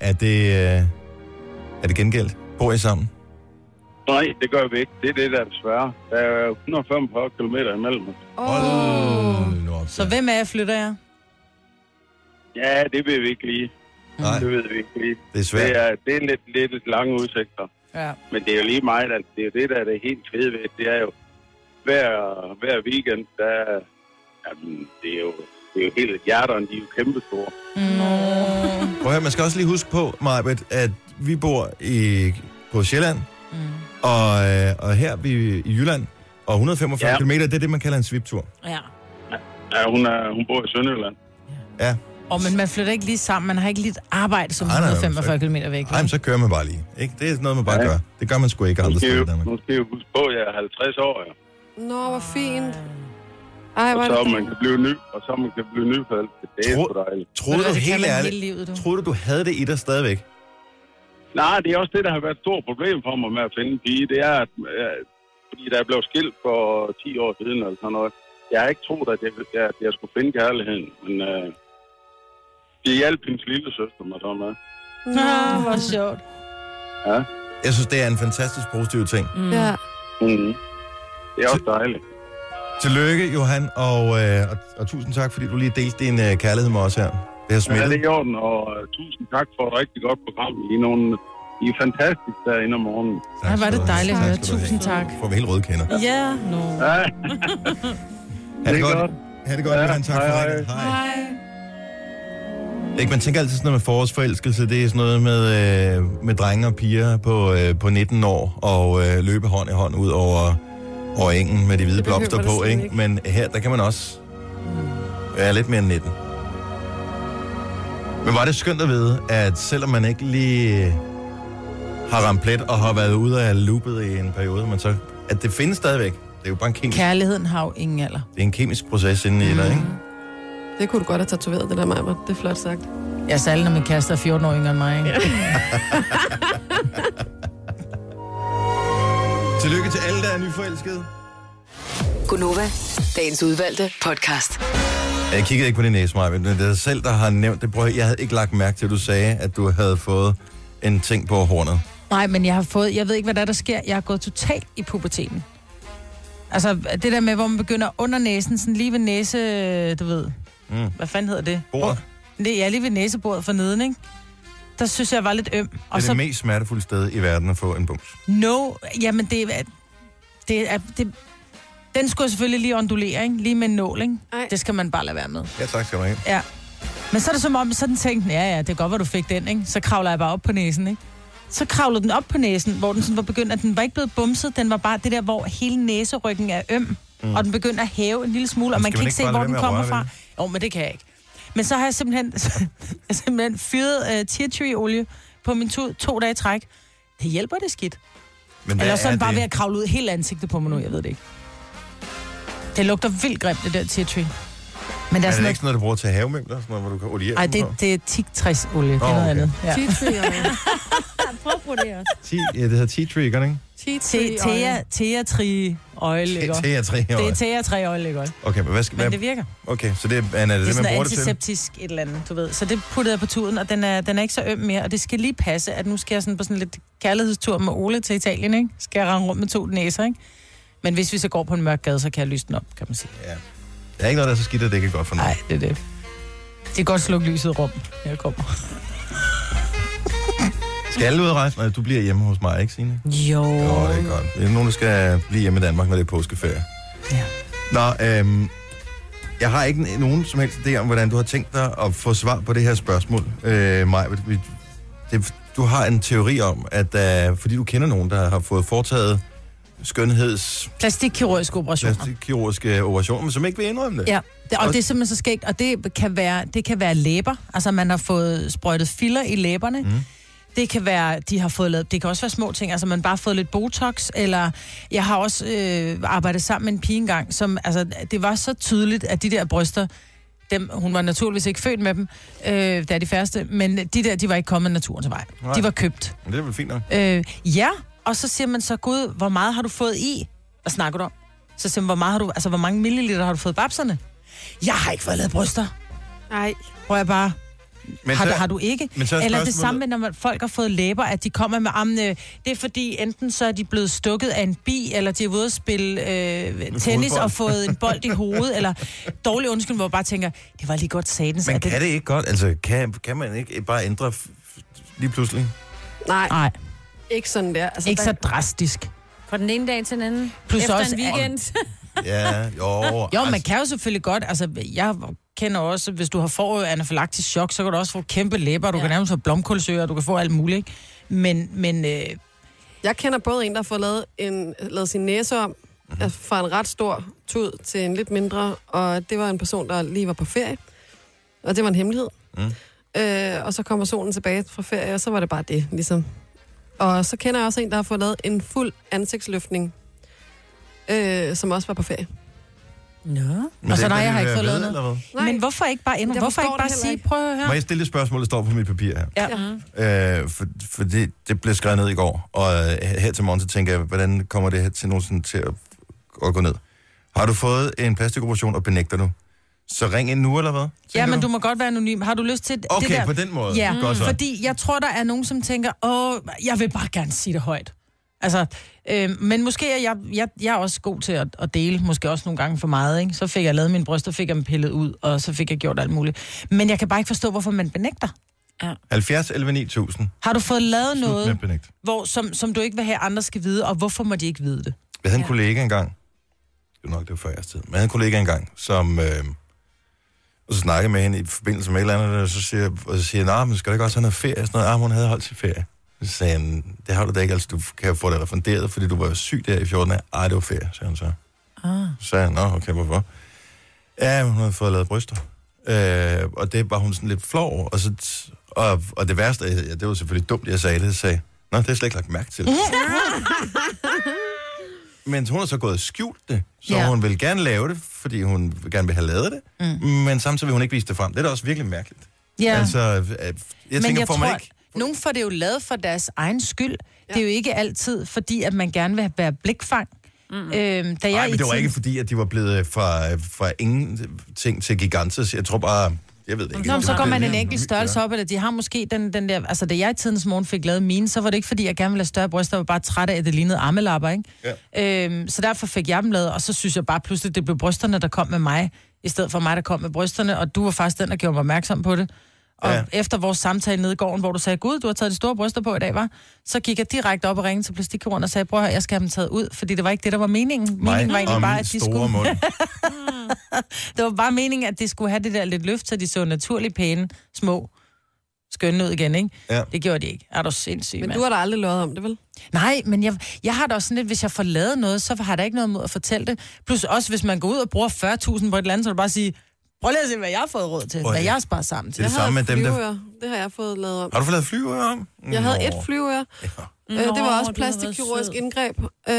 er det gengældt? Bor I sammen? Nej, det gør vi ikke. Det er det, der er desværre. Der er 145 kilometer imellem os. Så hvem af jer flytter jeg? Ja, det ved vi ikke lige. Nej. Det ved vi ikke lige. Det er svært. Det er lidt lange udsigter. Ja. Men det er jo lige meget, at det er jo det, der er det helt fede ved. Det er jo hver weekend, jamen, det er jo helt hjerterne, de er jo kæmpestore. Prøv at høre, man skal også lige huske på, Maj-Brit, at vi bor på Sjælland, og her vi i Jylland, og 145 km, det er det, man kalder en sviptur. Ja. Ja, hun bor i Sønderjylland. Ja. Men man flytter ikke lige sammen. Man har ikke lige et arbejde som 145 km væk. Nej, men så kører man bare lige. Ikke? Det er noget, man bare gør. Det gør man sgu ikke andre steder i Danmark. Nu skal jeg huske på, at jeg er 50 år, ja. Nå, hvor fint. Og så man kan blive nyforelsket. Det er sgu dejligt. Troede du helt ærligt, troede du havde det i dig stadigvæk? Nej, det er også det, der har været et stort problem for mig med at finde en pige. Det er, at fordi der blev skilt for 10 år siden eller sådan noget. Jeg har ikke troet, at jeg skulle finde kærligheden, men det hjalp hendes lille søster mig så med. Hvor sjovt. Ja. Jeg synes, det er en fantastisk positiv ting. Ja. Det er også dejligt. Tillykke, Johan, og tusind tak, fordi du lige delte din kærlighed med os her. Det har smittet. Ja, det er i orden, og tusind tak for et rigtig godt program. I er fantastisk derinde om morgenen. Nej, var det dejligt at høre. Tusind tak. Får vi helt røde kender. Ja, Ha' det godt. Ha' det godt, Johan. Tak for det. Hej. Ikke, man tænker altid sådan noget med forårsforelskelse. Det er sådan noget med drenge og piger på 19 år og løbe hånd i hånd ud over engen med de hvide blomster på, ikke? Men her, der kan man også være lidt mere end 19. Men var det skønt at vide, at selvom man ikke lige har ramt plet og har været ude af loopet i en periode, men så, at det findes stadigvæk. Det er jo bare en kemisk... Kærligheden har jo ingen alder. Det er en kemisk proces inde i dig, ikke? Det kunne du godt have tatoveret, det der, Maja. Det er flot sagt. Ja, særligt når min kæreste er 14 år yngre end mig, ikke? Tillykke til alle, der er nyforelskede. Gunova, dagens udvalgte podcast. Jeg kiggede ikke på din næse, Maja, men det er selv, der har nævnt det. Jeg havde ikke lagt mærke til, at du sagde, at du havde fået en ting på hornet. Nej, men jeg ved ikke, hvad der sker. Jeg har gået totalt i puberteten. Altså, det der med, hvor man begynder under næsen, sådan lige ved næse, du ved. Hvad fanden hedder det? Bordet? Det er lige ved næsebordet for neden, ikke? Der synes jeg var lidt øm. Det er det mest smertefulde sted i verden at få en bums. Jamen den skulle jeg selvfølgelig lige ondulere, ikke? Lige med en nål, ikke? Det skal man bare lade være med. Ja, tak skal du have. Ja. Men så er det som om, sådan tænkte ja, det er godt, hvor du fik den, ikke? Så kravler jeg bare op på næsen, ikke? Så kravlede den op på næsen, hvor den sådan var begyndt, at den var ikke blevet bumset, den var bare det der, hvor hele næseryggen er øm, og den begyndte at hæve en lille smule, og man kan ikke se, hvor den kommer fra. Jo, men det kan jeg ikke. Men så har jeg simpelthen fyret tea tree olie på min 2 dage træk. Det hjælper det skidt. Men eller sådan bare ved at kravle ud hele ansigtet på mig nu, jeg ved det ikke. Det lugter vildt grimt, det der tea tree. Men der er det ikke sådan noget, du bruger til havemøbler? Sådan noget, hvor du kan oliere? Nej, det er teaktræsolie. Det er noget andet. Ja. Tea tree oil. Prøv at bruge det også. Ja, det hedder tea tree, gør det ikke? Tea tree oil, ikke? Tea tree oil. Det er tea tree oil, ikke? Okay, men det virker. Okay, så det er det, man bruger det til? Det er antiseptisk et eller andet, du ved. Så det puttede jeg på tuden, og den er ikke så øm mere. Og det skal lige passe, at nu skal jeg sådan på sådan lidt kærlighedstur med Ole til Italien, ikke? Skal jeg rende rundt med 2 næser, ikke? Men hvis vi så går på en mørk gade, så kan jeg lyse den op, kan man sige. Ja. Der er ikke noget, der er så skidt, at det ikke er godt for noget. Nej, det er det. Det er godt slukke lyset rum, jeg kommer. Skal alle ud at rejse? Nej, du bliver hjemme hos mig, ikke, Signe? Jo. Det er godt. Det er nogen, der skal blive hjemme i Danmark, når det er påskeferie. Ja. Nå, jeg har ikke nogen som helst idé om, hvordan du har tænkt dig at få svar på det her spørgsmål, Maj. Du har en teori om, at fordi du kender nogen, der har fået foretaget plastikkirurgiske operationer, men som ikke vil indrømme det. Ja, det er simpelthen så skægt, og det kan være læber. Altså, man har fået sprøjtet filler i læberne. Det kan være, de har fået lavet, det kan også være små ting, altså man bare har fået lidt botox, eller jeg har også arbejdet sammen med en pige engang, som, altså, det var så tydeligt, at de der bryster, hun var naturligvis ikke født med dem, der er de færreste, men de var ikke kommet naturen til vej. Nej. De var købt. Men det er vel fint nok. Ja, og så siger man så, gud, hvor meget har du fået i? Hvad snakker du om? Så siger man, hvor mange milliliter har du fået babserne? Jeg har ikke fået lavet bryster. Nej. Hvor jeg bare, Har du ikke? Eller det samme med, når folk har fået læber, at de kommer med armene. Det er fordi, enten så er de blevet stukket af en bi, eller de er ude at spille tennis og fået en bold i hovedet, eller dårlig undskyld, hvor jeg bare tænker, det var lige godt satans. Men kan det ikke godt? Altså, kan man ikke bare ændre lige pludselig? Nej. Ikke sådan der. Altså, ikke så drastisk. Fra den ene dag til den anden. Plus efter også en weekend. Jo, man kan jo selvfølgelig godt. Altså, jeg kender også, hvis du har fået anafylaktisk chok, så kan du også få kæmpe læber, du kan nærmest få blomkålsøer, du kan få alt muligt, ikke? Men jeg kender både en, der har fået lavet sin næse om, altså fra en ret stor tud til en lidt mindre, og det var en person, der lige var på ferie, og det var en hemmelighed. Og så kommer personen tilbage fra ferie, og så var det bare det, ligesom. Og så kender jeg også en, der har fået lavet en fuld ansigtsløftning, som også var på ferie. Nå. Og så nej, jeg har ikke fået lavet noget. Men hvorfor ikke bare ændre? Hvorfor ikke bare sige, prøv at høre? Må jeg stille et spørgsmål, der står på mit papir her? Ja. For det blev skrevet ned i går, og her til morgen, så tænker jeg, hvordan kommer det her til nogensinde til at gå ned? Har du fået en plastikoperation og benægter du? Så ring ind nu, eller hvad? Ja, men du må godt være anonym. Har du lyst til det der? Okay, på den måde. Ja, fordi jeg tror, der er nogen, som tænker, jeg vil bare gerne sige det højt. Altså, men måske er jeg er også god til at dele, måske også nogle gange for meget, ikke? Så fik jeg lavet mine bryster, fik jeg dem pillet ud, og så fik jeg gjort alt muligt. Men jeg kan bare ikke forstå, hvorfor man benægter. Ja. 70 11 9000. Har du fået lavet noget, som du ikke vil have, andre skal vide, og hvorfor må de ikke vide det? Jeg havde en kollega engang, det var før jeres tid, men jeg havde en kollega engang, som... Og så snakkede med hende i forbindelse med et eller andet, og så siger jeg, men skal du ikke også have noget ferie? Sådan noget, hun havde holdt til ferie. Så sagde han, det har du da ikke, altså du kan få det refunderet, fordi du var jo syg der i 14 år. Det var ferie, sagde han så. Så sagde han, okay, hvorfor? Ja, hun havde fået lavet bryster. Og det var hun sådan lidt flov over. Og det værste, det var selvfølgelig dumt, jeg sagde det, sagde, det er slet ikke lagt mærke til. Men hun har så gået og skjult det, så hun vil gerne lave det, fordi hun gerne vil have lavet det, men samtidig vil hun ikke vise det frem. Det er da også virkelig mærkeligt. Ja. Altså, jeg tænker, får man ikke... Nogen får det jo lavet for deres egen skyld. Ja. Det er jo ikke altid, fordi at man gerne vil være blikfang. Nej, men det var ikke fordi, at de var blevet fra ingenting til gigantes. Jeg tror bare... Jeg ved det ikke. Så går man en enkelt størrelse op, eller de har måske den der... Altså, da jeg i tidens morgen fik lavet mine, så var det ikke, fordi jeg gerne ville have større bryster, jeg var bare træt af, at det lignede armelapper, ikke? Ja. Så derfor fik jeg dem lavet, og så synes jeg bare pludselig, det blev brysterne, der kom med mig, i stedet for mig, der kom med brysterne, og du var faktisk den, der gjorde mig opmærksom på det. Og efter vores samtale nede i gården, hvor du sagde, gud, du har taget de store bryster på i dag, var, så gik jeg direkte op og ringede til plastikkuren og sagde, prøv at høre, jeg skal have dem taget ud, fordi det var ikke det, der var meningen. Meningen var egentlig bare, at de skulle... Det var bare meningen, at de skulle have det der lidt løft, så de så naturligt pæne, små, skønne ud igen, ikke? Ja. Det gjorde de ikke. Er du sindssyg, Men du har da aldrig løjet om det, vel? Nej, men jeg har da også sådan lidt, hvis jeg får lavet noget, så har der ikke noget mod at fortælle det. Plus også, hvis man går ud og bruger 40.000 på et eller andet, så er det bare at sige, prøv lige at se, hvad jeg har fået råd til, hvad jeg har sparet sammen til. Det samme med dem, der... Det har jeg fået lavet om. Har du fået lavet flyveører om? Jeg havde et flyveøre. Det var også plastikkirurgisk indgreb.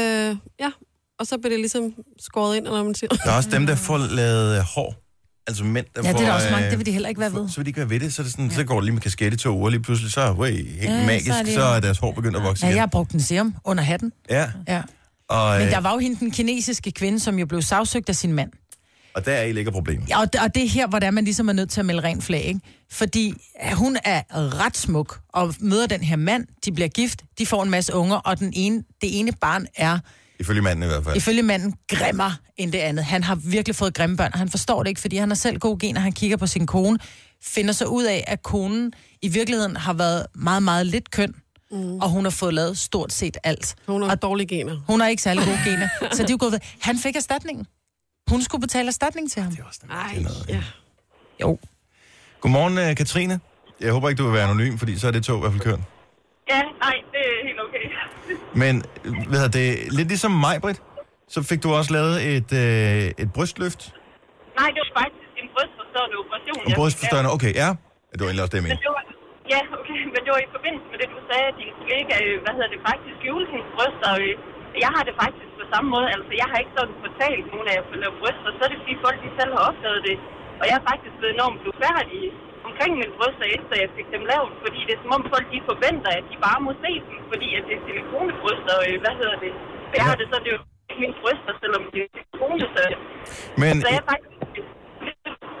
Og så blev det ligesom skåret ind, eller man siger. Der er også dem, der får lavet hår. Altså mænd, der får... det er der også mange, det vil de heller ikke være ved. Så vil de ikke være ved det, så, det sådan, så går det lige med kasket i 2 uger, lige pludselig så helt magisk, så er deres hår begyndt at vokse igen. Jeg har brugt en serum under hatten. Ja. Og, men der var jo hende, den kinesiske kvinde, som jo blev sagsøgt af sin mand. Og der er ikke ligger problemet. Ja, og det er her, hvor der man ligesom er nødt til at melde rent flag, ikke? Fordi hun er ret smuk, og møder den her mand, de bliver gift, de får en masse unger, og det ene barn er... Ifølge manden i hvert fald. Ifølge manden grimmere end det andet. Han har virkelig fået grimme børn, og han forstår det ikke, fordi han har selv gode gener, han kigger på sin kone, finder så ud af, at konen i virkeligheden har været meget, meget lidt køn, og hun har fået lavet stort set alt. Hun har dårlige gener. Hun har ikke særlig gode gener, så de er jo gået ved. Han fik erstatningen. Hun skulle betale erstatning til ham. Det er også noget. Jo. Godmorgen, Katrine. Jeg håber ikke, du vil være anonym, fordi så er det tog i hvert fald kørt. Ja, nej, det er helt okay. Men, det lidt ligesom mig, Britt, så fik du også lavet et brystløft? Nej, det var faktisk en brystforstørrende operation. En brystforstørrende, okay, ja. Det var egentlig også det, jeg mente. Ja, okay, men det var i forbindelse med det, du sagde, at de ikke, faktisk skjule hendes bryster. Jeg har det faktisk på samme måde, altså jeg har ikke sådan fortalt nogen af jer for at lave bryster, så er det fordi folk de selv har opdaget det. Og jeg er faktisk blevet enormt blufærdig omkring mine bryster, efter jeg fik dem lavet, fordi det er som om folk de forventer, at de bare må se dem, fordi at det er silikonebryster, Og jeg har det så, det er jo ikke mine bryster, selvom det er silikone, så... Men... Så jeg faktisk...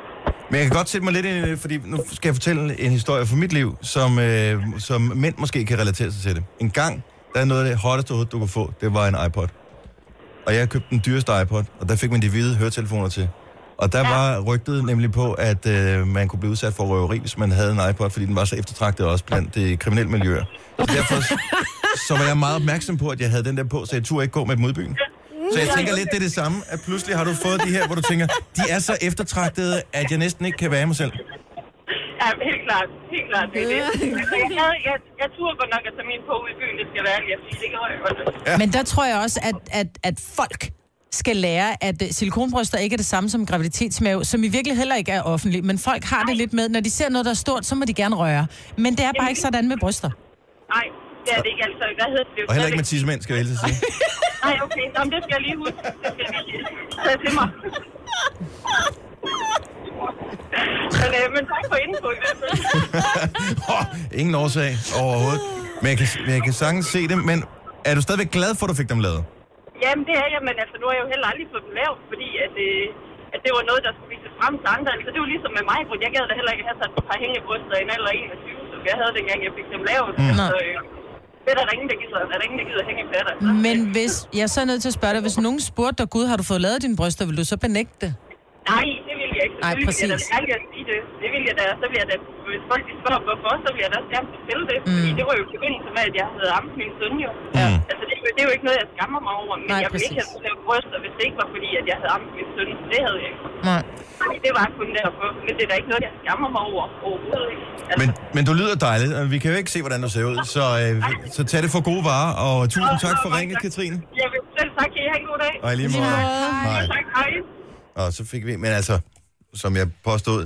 Men jeg kan godt sætte mig lidt ind i det, fordi nu skal jeg fortælle en historie fra mit liv, som mænd måske kan relatere sig til det. En gang, der er noget af det hotteste du kunne få, det var en iPod. Og jeg købte den dyreste iPod, og der fik man de hvide høretelefoner til. Og der var rygtet nemlig på, at man kunne blive udsat for røveri, hvis man havde en iPod, fordi den var så eftertragtet også blandt de kriminelle miljøer. Og derfor så var jeg meget opmærksom på, at jeg havde den der på, så jeg turde ikke gå med dem modbyen. Så jeg tænker lidt, det er det samme, at pludselig har du fået de her, hvor du tænker, de er så eftertragtede, at jeg næsten ikke kan være mig selv. Ja, helt klart. Helt klart, det er det. Jeg turde godt nok at tage min på ud i byen, det skal være ærligt, fordi det gør jeg godt. Ja. Men der tror jeg også, at folk skal lære, at silikonbryster ikke er det samme som graviditetsmave, som i virkelig heller ikke er offentligt. Men folk har det lidt med, når de ser noget, der er stort, så må de gerne røre. Men det er bare ikke sådan med bryster. Nej, det er det ikke. Altså, hvad hedder det? Og heller ikke med tissemænd, skal jeg helst sige. Nej, okay. Nå, det skal jeg lige huske. Det skal jeg lige tage til mig. Men tak for info i hvert fald. Ingen årsag overhovedet. Men jeg kan sagtens se det, men er du stadigvæk glad for, at du fik dem lavet? Jamen, det er jeg, men altså, nu har jeg jo heller aldrig fået dem lavet, fordi at det var noget, der skulle vises frem til andre. Altså, det var ligesom med mig, for jeg gad da heller ikke have sat et par hængebryster i en alder 21, så jeg havde dengang, jeg fik dem lavet. Så det er der ingen, der gider hænge patter. Men hvis, jeg er så nødt til at spørge dig, hvis nogen spurgte dig, Gud, har du fået lavet dine bryster, vil du så benægte det? Nej, det vil jeg ikke. Nej, præcis. Det vil jeg da. Så vil jeg da, hvis folk de spørger hvorfor, så vil jeg da gerne fortælle det. Fordi det var jo i forbindelse med, at jeg havde ammet min søn jo. Ja. Altså, det er jo ikke noget, jeg skammer mig over. Men jeg ville ikke have lavet bryster, hvis det ikke var fordi, at jeg havde ammet min søn. Det havde jeg ikke. Nej. Det var kun derfor. Men det er da ikke noget, jeg skammer mig over overhovedet ikke. Altså. Men du lyder dejligt. Vi kan jo ikke se, hvordan du ser ud. Så tag det for gode varer. Og tusind tak for ringet, Katrine. Jeg vil selv tak. Kan I have en god dag? Og lige måde. Hej. Tak, hej. Og så fik vi, men altså, som jeg påstod,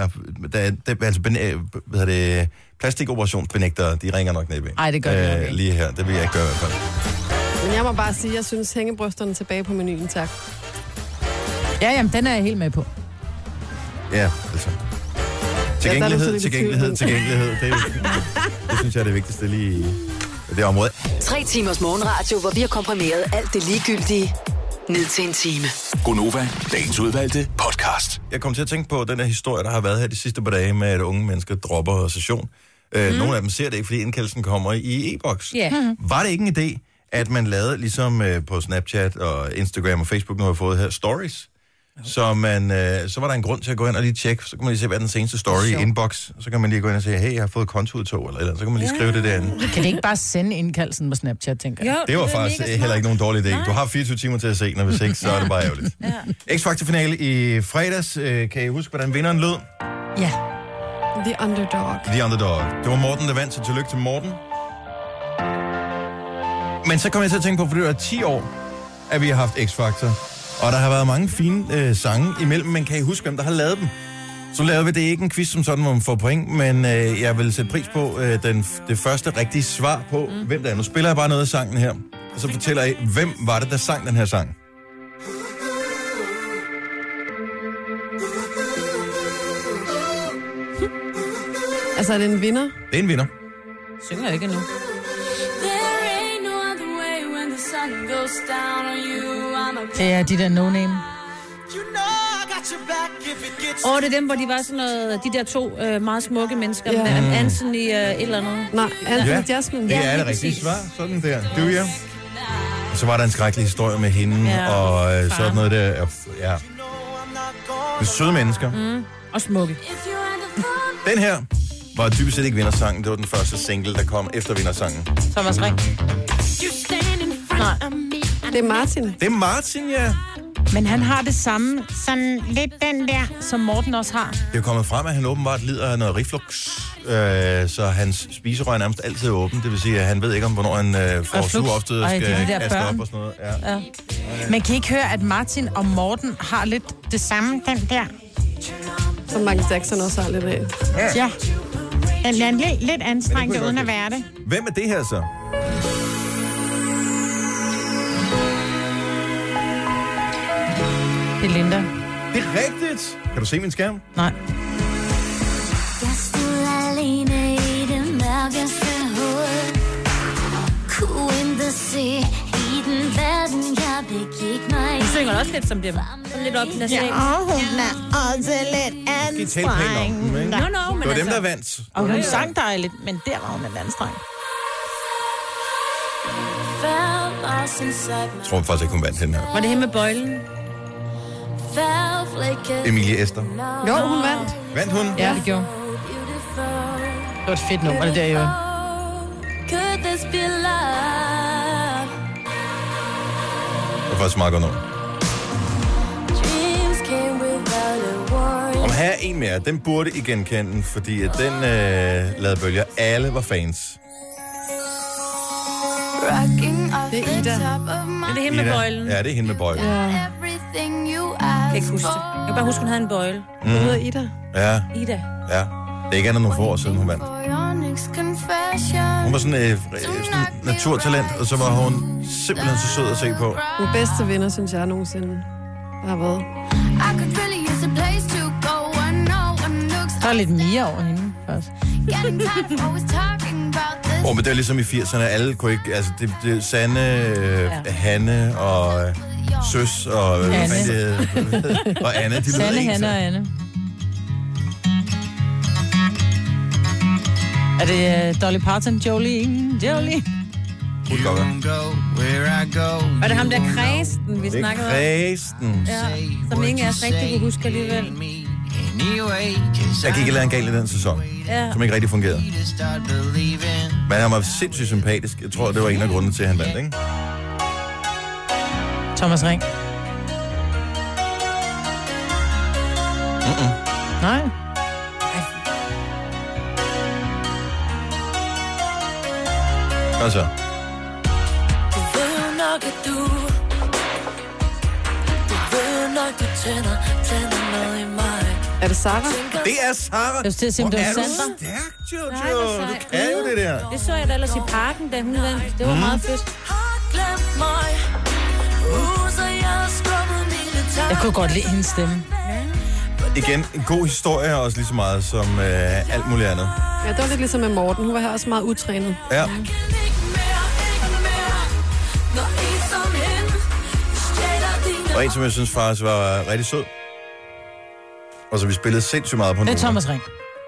plastikoperationsbenægtere, de ringer nok næppe. Nej, det gør det ikke. Lige her, det vil jeg ikke gøre i hvert fald. Men jeg må bare sige, at jeg synes hængebrysterne tilbage på menuen, tak. Ja, jamen, den er jeg helt med på. Ja, altså. Tilgængelighed. Det synes jeg er det vigtigste lige i det område. 3 timers morgenradio, hvor vi har komprimeret alt det ligegyldige ned til en time. Gonova, dagens udvalgte podcast. Jeg kom til at tænke på den her historie, der har været her de sidste par dage med, at unge mennesker dropper session. Nogle af dem ser det ikke, fordi indkaldelsen kommer i e-boks. Yeah. Var det ikke en idé, at man lavede, ligesom på Snapchat og Instagram og Facebook, nu har jeg fået her, stories? Så var der en grund til at gå ind og lige tjekke, så kan man lige se, hvad er den seneste story i inbox. Så kan man lige gå ind og sige, hey, jeg har fået kontoudtog, eller så kan man lige skrive det derinde. Kan det ikke bare sende indkaldelsen på Snapchat, tænker jeg? Det var faktisk heller ikke nogen dårlig idé. Du har 24 timer til at se, når hvis ikke, så er det bare ærgerligt. X-Factor-finale i fredags. Kan I huske, hvordan vinderen lød? Ja. The Underdog. The Underdog. Det var Morten, der vandt, så tillykke til Morten. Men så kom jeg til at tænke på, for det var 10 år, at vi har haft X-Factor. Og der har været mange fine sange imellem, men kan I huske, hvem der har lavet dem? Så lavede vi det ikke en quiz som sådan, hvor man får point, men jeg vil sætte pris på det første rigtige svar på, hvem der er. Nu spiller jeg bare noget af sangen her, og så fortæller jeg, hvem var det, der sang den her sang? Altså, er det en vinder? Det er en vinder. Synger jeg ikke endnu. Det er de der no-name. Det er dem, hvor de var sådan noget, de der 2 meget smukke mennesker. Yeah. Anthony et eller andet. Nej, Anthony Jasmine. Det er det rigtige svar. Sådan der. Do you? Og så var der en skrækkelig historie med hende, og sådan noget der. Ja. Det søde mennesker. Og smukke. Den her var dybest set ikke vindersangen. Det var den første single, der kom efter vindersangen. Thomas Ring. Nej. Det er Martin. Det er Martin, ja. Men han har det samme, sådan lidt den der, som Morten også har. Det er kommet frem, at han åbenbart lider af noget reflux, så hans spiserør er nærmest altid åben. Det vil sige, at han ved ikke, om hvornår han får sugeopstød og skal kaste op og sådan noget. Ja. Men kan I ikke høre, at Martin og Morten har lidt det samme, den der? Som Michael Jackson også har lidt af. Ja. Den bliver lidt anstrengt uden at være det. Hvem er det her så? Det er Linda. Det er rigtigt. Kan du se min skærm? Nej. Jeg stod alene i det mørkeste hul. Kunne ikke se I den verden, jeg begik mig. De synger også lidt som dem. Sådan lidt op i nasalen. Ja, hun er også lidt anstrengt. No, men det var dem, der vandt. Og hun sang dejligt, men der var hun en anstrengt. Jeg tror faktisk ikke, hun vandt den her. Var det hende med bøjlen? Emilie Ester. Jo, hun vandt. Vandt hun? Ja, det gjorde. Det var et fedt nummer, det der jo. Det var faktisk meget godt nummer. Om her er en mere, den burde I genkende, fordi at den lavede bølger. Alle var fans. Det er Ida. Er det hende med bøjlen? Ja, det er hende med bøjlen. Ja. Jeg kan ikke huske det. Jeg kan bare huske, hun havde en bøjle. Hun hedder Ida. Ja, Ida. ja. Det er ikke andet nogle få år siden, hun vandt. Hun var sådan naturtalent, og så var hun simpelthen så sød at se på. Den bedste vinder, synes jeg, nogensinde der har været. Der er lidt mere over hende, faktisk. Men det er ligesom i 80'erne, alle kunne ikke, altså det er Sanne, Hanne og Søs og Anne. Og Anne, de Sanne, lød ens. Hanne og Anne. Er det Dolly Parton? Jolene? Kunne det godt være. Var det ham der Kræsten, vi Det er snakkede om? Kræsten. Ja, som ingen af os rigtig kunne huske alligevel. Jeg gik et galt i den sæson, Ja. som ikke rigtig fungerede. Men han var sindssygt sympatisk. Jeg tror, det var en af grundene til, at han vandt, ikke? Thomas Ring. Nej. Hvad så? Er det Sarah? Det er Sarah. Jeg skulle til at sige, om det var Hvor er Sandra. du stærk, Jojo. Nej, hvor Du sej. kan jo det der. Det så jeg da ellers i parken, da hun vandt. Det var meget fedt. Jeg kunne godt lide hendes stemme. Igen, en god historie, også lige så meget som alt muligt andet. Ja, det var lidt ligesom med Morten. Hun var her også meget utrænet. Ja. Og en, som jeg synes faktisk var rigtig sød. Og så vi spillede sindssygt meget på Det er nu. Thomas Ring.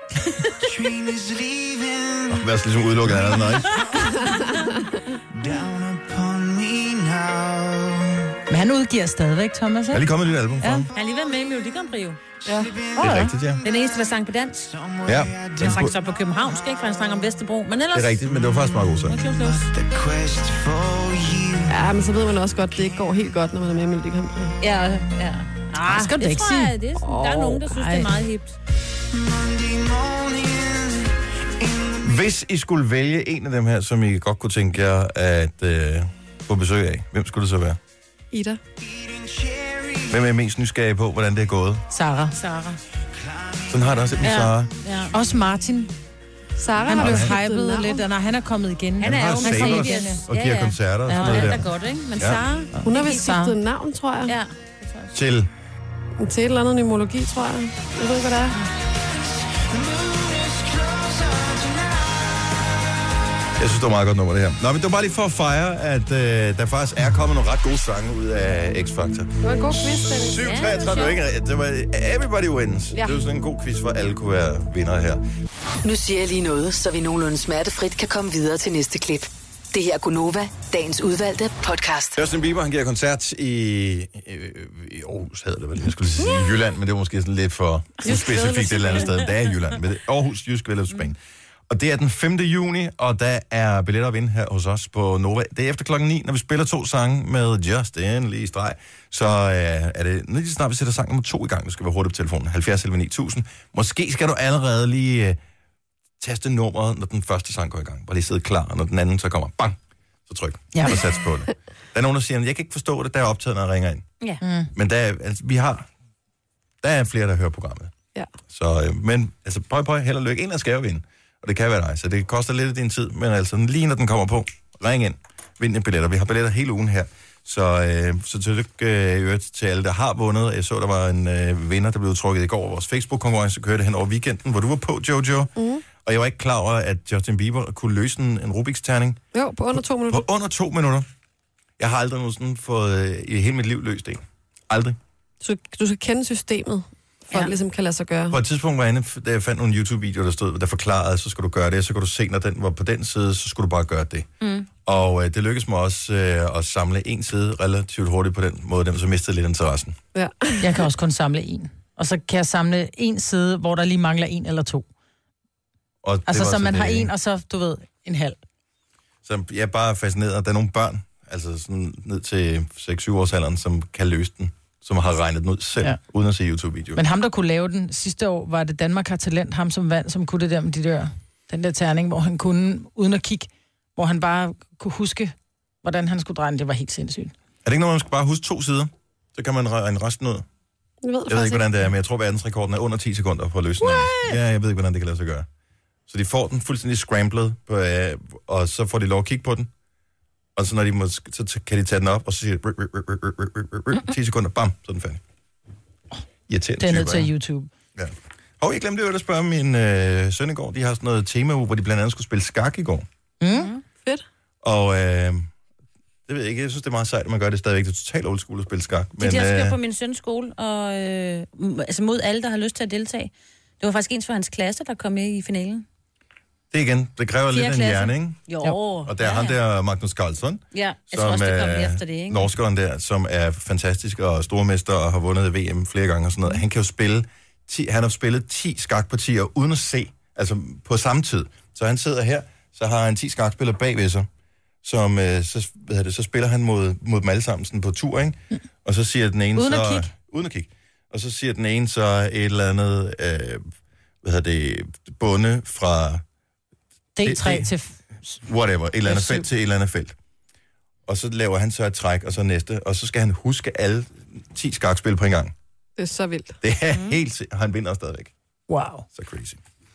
Lad os ligesom udelukke andet, nej. Men han udgiver stadigvæk, Thomas, Jeg er ikke? lige kommet et nyt album fra ham. Han har lige været med i Melodi Grand Prix. Ja. Det er rigtigt, ja. Den eneste, der sang på dansk. Ja, Den sang så på København, skal ikke, for han sang om Vesterbro. Men ellers... det er rigtigt, men det var faktisk meget god sang. Ja, men så ved man også godt, at det ikke går helt godt, når man er med i Melodi Grand Prix. Ja. Skal du det ikke tror sige? jeg, det er, der er nogen, der synes, det er meget hipt. Hvis I skulle vælge en af dem her, som I godt kunne tænke jer at få besøg af, hvem skulle det så være? Ida. Hvem er I mest nysgerrige på, hvordan det er gået? Sarah. Sådan har det også med Sarah. Ja. Også Martin. Sarah Han har blev jo skiftet hypet navn. lidt, og når han er kommet igen. Han er har jo med Sabers Savierne. og giver koncerter og sådan noget det der. er da godt, ikke? Men Ja. Sarah... Hun har vist skiftet navn, tror jeg. Ja. Til Til et eller andet pneumologi, tror jeg. Jeg ved ikke, hvad det er. Jeg synes, det var meget godt nummer, det her. Nå, men det var bare lige for at fejre, at der faktisk er kommet nogle ret gode sange ud af X-Factor. Det var en god quiz, Dennis. 7-3, det var ikke rigtigt. Det var Everybody Wins. Ja. Det var sådan en god quiz, hvor alle kunne være vinder her. Nu siger jeg lige noget, så vi nogenlunde smertefrit kan komme videre til næste klip. Det her er Gunova, dagens udvalgte podcast. Justin Bieber, han giver koncert i Aarhus, hedder det vel. Jeg skulle sige i Jylland, men det var måske sådan lidt for specifikt et eller andet sted. Det er i Jylland, men det er Aarhus, Jysk Vældredsbane. Og det er den 5. juni, og der er billetter at vinde her hos os på Nova. Det er efter klokken 9, når vi spiller 2 sange med Justin lige i streg. Så er det lige snart, vi sætter sang nummer 2 i gang. Du skal være hurtigt på telefonen. 70 11 9000. Måske skal du allerede lige taste nummeret, når den første sang går i gang. Bare lige sidde klar, og når den anden så kommer, bang, så tryk. Ja. Og sats på det. Der er nogen, der siger, jeg kan ikke forstå det, der er optaget, når jeg ringer ind. Ja. Men der er flere, der hører programmet. Ja. Så, men altså, pøj, held og lykke. En, der skal jo vinde. Og det kan være dig, så det koster lidt af din tid. Men altså, lige når den kommer på, ring ind. Vind billetter. Vi har billetter hele ugen her. Så tillykke til alle, der har vundet. Jeg så, der var en vinder, der blev udtrykket i går. Vores Facebook-konkurrence kørte hen over weekenden, hvor du var på, Jojo. Og jeg var ikke klar over, at Justin Bieber kunne løse en Rubik's terning. Jo, på under 2 minutter. På under 2 minutter. Jeg har aldrig nogensinde fået i hele mit liv løst en. Aldrig. Så du skal kende systemet, for at det ligesom kan lade sig gøre. På et tidspunkt var jeg inde, da jeg fandt nogle YouTube-videoer, der stod, der forklarede, så skulle du gøre det, så kunne du se, når den var på den side, så skulle du bare gøre det. Og det lykkedes mig også at samle en side relativt hurtigt på den måde, den så mistede lidt interessen. Ja. Jeg kan også kun samle en. Og så kan jeg samle en side, hvor der lige mangler en eller to. Og altså, så man har en, og så, du ved, en halv. Så jeg er bare fascineret. Der er nogle børn, altså sådan ned til 6-7 års alderen, som kan løse den, som har regnet den ud selv, uden at se YouTube-videoer. Men ham, der kunne lave den sidste år, var det Danmark har talent, ham som vandt, som kunne det der med den der terning, hvor han kunne, uden at kigge, hvor han bare kunne huske, hvordan han skulle dreje den. Det var helt sindssygt. Er det ikke noget, man skal bare huske 2 sider? Så kan man regne resten ud. Jeg ved ikke, hvordan det er, men jeg tror, verdensrekorden er under 10 sekunder på at løse den. Ja, jeg ved ikke, hvordan det kan lade sig gøre. Så de får den fuldstændig scrambled, og så får de lov at kigge på den. Og så når de så kan de tage den op, og så siger de 10 sekunder, bam, så er den færdig. Irriterende. Det er nødt til YouTube. Ja. Og jeg glemte at spørge min søn i går. De har sådan noget temauge, hvor de blandt andet skulle spille skak i går. Fedt. Og det ved jeg ikke. Jeg synes, det er meget sejt, at man gør det stadigvæk. Det er totalt old school at spille skak. Men, de har på min søns skole, og altså mod alle, der har lyst til at deltage. Det var faktisk en fra hans klasse, der kom med i finalen. Det igen, det kræver lidt en hjerne, ikke? Jo. Og der er ham der, Magnus Carlsen, ja, jeg tror også, det kom efter det, ikke? Norskeren der, som er fantastisk og stormester og har vundet VM flere gange og sådan noget. Han kan jo spille, han har spillet 10 skakpartier uden at se, altså på samme tid. Så han sidder her, så har han 10 skakspillere bagved sig, som, så spiller han mod dem alle sammen sådan på tur, ikke? Og så siger den ene uden at kigge. Og så siger den ene så et eller andet, bunde fra D3 til whatever, et eller andet felt til et eller andet felt. Og så laver han så et træk, og så næste, og så skal han huske alle 10 skakspil på en gang. Det er så vildt. Det er helt... Han vinder stadigvæk. Wow. Så crazy.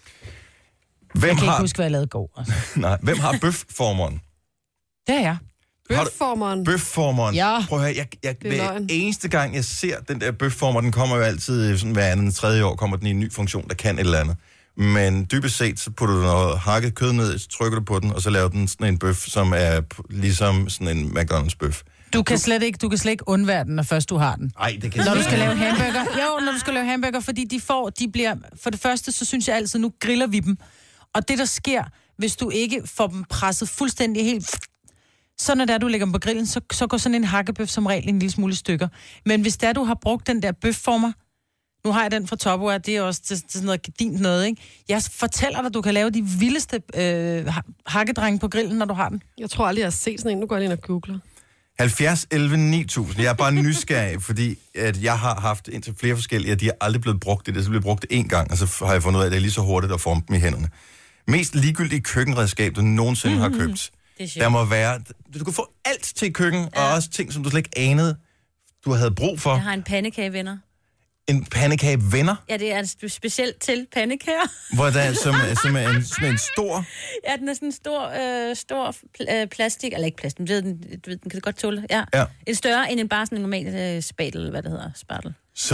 Jeg kan ikke huske, hvad jeg lavede går. Altså. Nej, hvem har bøfformeren? Det er jeg. Bøfformeren? Bøfformeren. Ja. Prøv at høre, hver eneste gang, jeg ser den der bøfformer, den kommer jo altid sådan hver anden, 3. år, kommer den i en ny funktion, der kan et eller andet. Men dybest set, så putter du noget hakket kød ned, så trykker du på den, og så laver den sådan en bøf, som er ligesom sådan en McDonald's bøf. Du kan slet ikke undvære den, når først du har den. Nej, det kan når du skal lave hamburger. Jo, når du skal lave hamburger, fordi de bliver... For det første, så synes jeg altid, nu griller vi dem. Og det, der sker, hvis du ikke får dem presset fuldstændig helt... Så når du lægger dem på grillen, så går sådan en hakkebøf som regel en lille smule stykker. Men hvis du har brugt den der bøfformer, nu har jeg den fra Tupperware, det er også til sådan noget gedint noget, ikke? Jeg fortæller dig, du kan lave de vildeste hakkedrenge på grillen, når du har den. Jeg tror aldrig, jeg har set sådan en. Nu går jeg ind og googler. 70, 11, 9000. Jeg er bare nysgerrig, fordi at jeg har haft indtil flere forskellige, og de er aldrig blevet brugt. Det er så blevet brugt 1 gang, og så har jeg fundet ud af, at det er lige så hurtigt at forme dem i hænderne. Mest ligegyldige køkkenredskab, du nogensinde har købt. Der må være... Du kan få alt til køkken, og også ting, som du slet ikke anede, du havde brug for. Jeg har en pandekagevenner. En pandekagevenner? Ja, det er specielt til pandekager. Hvor der som er en stor... Ja, den er sådan en stor plastik, eller ikke plastik, den kan det godt tåle. Ja. En større end bare sådan en normal spatel, hvad det hedder, spartel. Så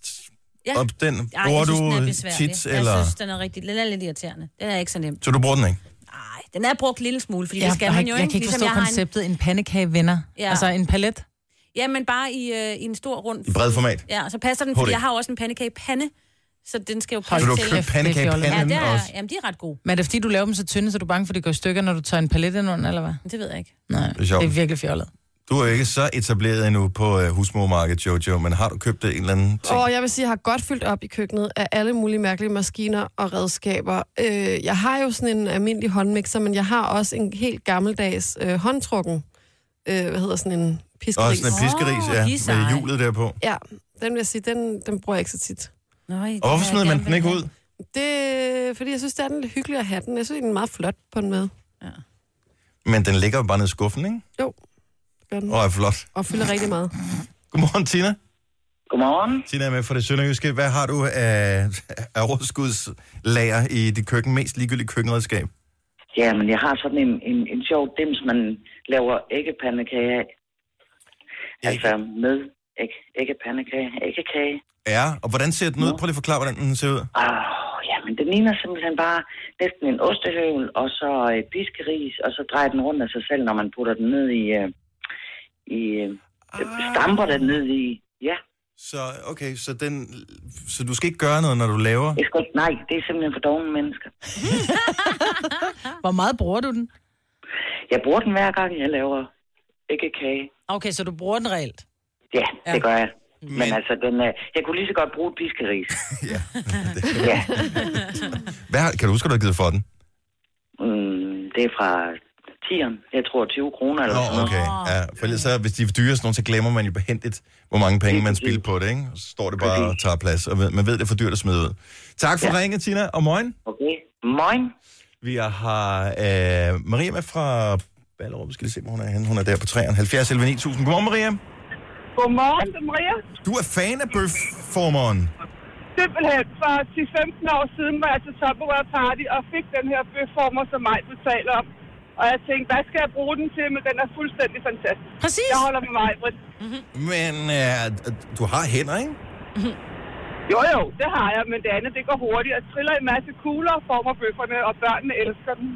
og den bruger du tit, eller? Jeg synes, den er lidt irriterende. Den er ikke så nem. Så du bruger den ikke? Nej, den er brugt en lille smule, fordi det skal man jo ikke. Jeg kan ikke forstå konceptet en pandekagevenner. Ja. Altså en palet. Ja, men bare i en stor rund... I bred format? Ja, så passer den, fordi jeg har også en pandekagepande, så den skal jo passe til. Så du har købt pandekagepanden også? Jamen, de er ret gode. Men er det fordi, du laver dem så tynde, så du er bange for, at det går i stykker, når du tager en palet ind under, eller hvad? Det ved jeg ikke. Nej, det er virkelig fjollet. Du er jo ikke så etableret endnu på husmormarkedet, Jojo, men har du købt en eller anden ting? Jeg vil sige, at jeg har godt fyldt op i køkkenet af alle mulige mærkelige maskiner og redskaber. Jeg har jo sådan en almindelig håndmixer, men jeg har også en helt gammeldags håndtrukken, sådan en piskeris. Også en piskeris, ja, med hjulet derpå. Ja, den vil jeg sige, den bruger jeg ikke så tit. Nøj, og hvorfor smider man den ikke ud? Det er, fordi jeg synes, det er lidt hyggeligt at have den. Jeg synes, den er meget flot på en måde. Ja. Men den ligger jo bare nede i skuffen, ikke? Jo. Og er flot. Og fylder rigtig meget. Godmorgen, Tina. Godmorgen. Tina er med fra det sønderjyske. Hvad har du af rådskudslager i dit køkken? Mest ligegyldige køkkenredskab? Ja, men jeg har sådan en sjov dims, man laver æggepandekage af. Altså med æggekage. Ja, og hvordan ser den ud? Prøv lige at forklare, hvordan den ser ud. Ja, men den ligner simpelthen bare næsten en ostehøvel, og så piskeris, og så drejer den rundt af sig selv, når man putter den ned stamper den ned i, ja. Så, okay, så du skal ikke gøre noget, når du laver? Nej, det er simpelthen for dovne mennesker. Hvor meget bruger du den? Jeg bruger den hver gang, jeg laver æggekage. Okay, så du bruger den reelt? Ja, det gør jeg. Men altså, jeg kunne lige så godt bruge et piskeris. Ja. Kan du huske, hvad du har givet for den? Det er fra 10'eren. Jeg tror 20 kroner eller sådan noget. Okay. Ja, for ellers så, hvis de er dyre sådan nogle, så glemmer man jo behendigt, hvor mange penge man spilder på det, ikke? Og så står det bare og tager plads, og man ved, det er for dyrt at smide ud. Tak for ringet, Tina, og morgen. Okay, morgen. Vi har Maria med fra Ballerup. Vi skal lige se, hvor hun er henne. Hun er der på 73 11 9000. Godmorgen, Maria. Godmorgen, det er Maria. Du er fan af bøfformeren. Simpelthen, for 10-15 år siden var jeg til Tupperware Party og fik den her bøfformer, som mig betaler om. Og jeg tænkte, hvad skal jeg bruge den til? Men den er fuldstændig fantastisk. Præcis. Jeg holder med mig, Britt. Men du har hænder, ikke? Jo, det har jeg, men det andet, det går hurtigt. Jeg triller en masse kugler og former bøfferne, og børnene elsker den.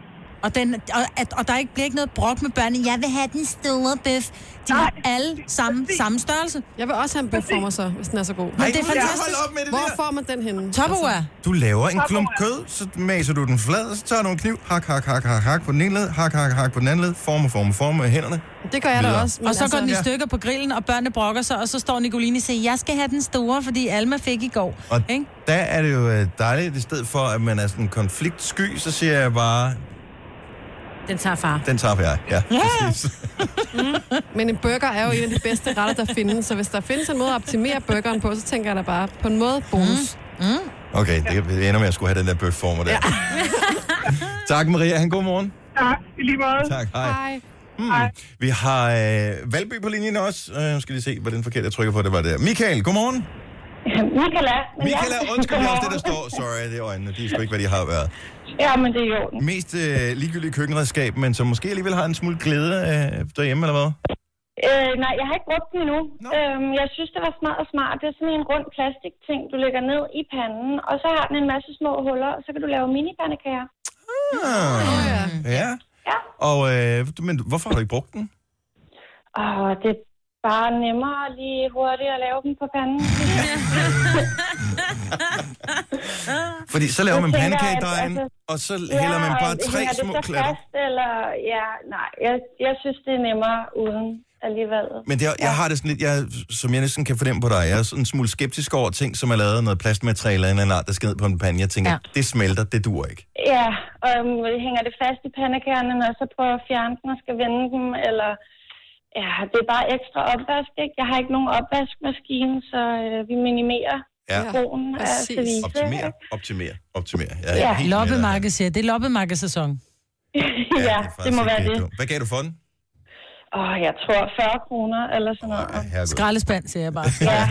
Og der bliver ikke noget brok med børnene. Jeg vil have den store bøf. De har alle samme størrelse. Jeg vil også have en bøf for mig så, hvis den er så god. Men det er fantastisk. Hvor får man den henne? Tupperware. Du laver en klump kød, så maser du den flad, så tager du en kniv, hak på den ene led, hak på den anden led, former med hænderne. Det gør jeg da også. Og så går den i stykker på grillen, og børnene brokker sig, og så står Nicoline og siger, jeg skal have den store, fordi Alma fik i går. Og der er det jo dejligt, i stedet for, at man er sådan konfliktsky, så siger jeg bare... Den tager far. Den tager jeg, ja. Men en burger er jo en af de bedste retter, der findes. Så hvis der findes en måde at optimere burgeren på, så tænker jeg da bare på en måde bonus. Okay, det ender med, at jeg skulle have den der bøfformer der. Ja. Tak, Maria. Han god morgen. Tak, i lige måde. Tak, hej. Hej. Vi har Valby på linjen også. Nu skal lige se, hvad den forkerte jeg trykker på, det var der. Michael, godmorgen. Michaela, undskyld også det, der står. Sorry, det er øjnene. De er sgu ikke, hvad de har været. Ja, men det er jo. Mest ligegyldige køkkenredskab, men som måske alligevel har en smule glæde derhjemme, eller hvad? Nej, jeg har ikke brugt den endnu. Jeg synes, det var smart. Det er sådan en rund plastikting, du lægger ned i panden, og så har den en masse små huller, og så kan du lave mini-pandekager. Ja. Og men hvorfor har du ikke brugt den? Det er bare nemmere lige hurtigt at lave dem på panden. Fordi så laver man pandekagedejen, og så hælder man bare 3 små klatter. Eller, jeg synes, det er nemmere uden alligevel. Men jeg har det sådan lidt, som jeg næsten kan fornemme på dig, jeg er sådan en smule skeptisk over ting, som er lavet af noget plastmateriale eller en eller anden, der skal ned på en pande. Jeg tænker, det smelter, det duer ikke. Ja, og hænger det fast i pandekagerne, og så prøver at fjerne den og skal vende dem, eller... Ja, det er bare ekstra opvask, ikke? Jeg har ikke nogen opvaskemaskine, så vi minimerer brugen af service. Optimere. Loppemarked siger, det er loppemarkedsæson. Ja, det må være det. Hvad gav du for den? Jeg tror 40 kroner eller sådan noget. Skraldespand, siger jeg bare. Ja,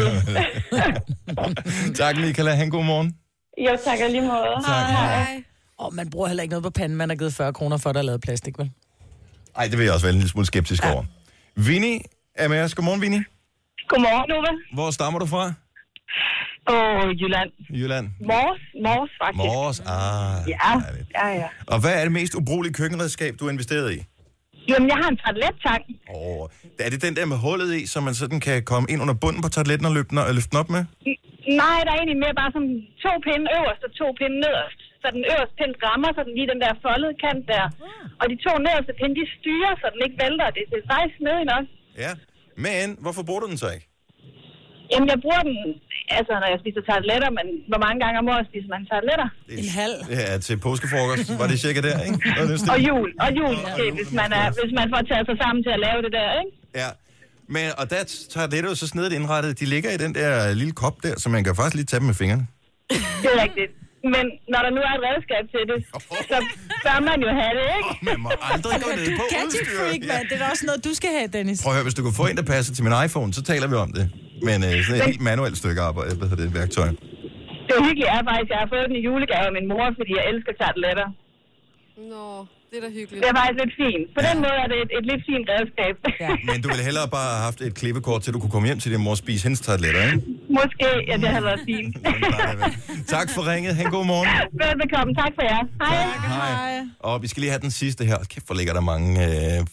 tak, Michaela. Han god morgen. Jo, tak lige måde. Hej. Man bruger heller ikke noget på panden, man har givet 40 kroner for, der er lavet plastik, vel? Ej, det vil jeg også være en lille smule skeptisk over. Vinnie er med os. Godmorgen, Vinnie. Godmorgen, Nova. Hvor stammer du fra? Jylland. Mors, faktisk. Mors, Ja. Og hvad er det mest ubrugelige køkkenredskab, du har investeret i? Jamen, jeg har en tartelettang. Er det den der med hullet i, så man sådan kan komme ind under bunden på tarteletten og løfte den op med? Nej, der er egentlig mere bare som 2 pinde øverst og 2 pinde nederst. Så den øverste pind rammer sådan lige den der foldede kant der. Og de 2 nederste pinde, de styrer, så den ikke vælter. Det er faktisk snedigt nok. Ja, men hvorfor bruger du den så ikke? Jamen, jeg bruger den, altså når jeg spiser tarteletter, men hvor mange gange om året spiser man tarteletter? En halv. Ja, til påskefrokost var det cirka der, ikke? Og jul måske, hvis man får taget sig sammen til at lave det der, ikke? Ja, men og der tager det jo så snedigt indrettet. De ligger i den der lille kop der, så man kan faktisk lige tage dem med fingrene. Det er rigtigt. Men når der nu er et redskab til det, så bør man jo have det, ikke? Man må aldrig gå ned på Gadget freak, mand. Det er da også noget, du skal have, Dennis. Prøv at høre, hvis du kan få en, der passer til min iPhone, så taler vi om det. Men sådan et helt manuelt stykke arbejde, hvad hedder det, værktøj. Det er hyggeligt, jeg har fået den i julegave af min mor, fordi jeg elsker tarteletter. Det er da hyggeligt. Det er faktisk lidt fint. På den måde er det et lidt fint redskab. Ja. Men du ville hellere bare have haft et klippekort, til du kunne komme hjem til din mor og spise hendes tarteletter, ikke? Måske, ja, det havde været fint. Tak for ringet. Han god morgen. Velbekomme. Tak for jer. Hej. Hej. Og vi skal lige have den sidste her. Kæft, hvor ligger der mange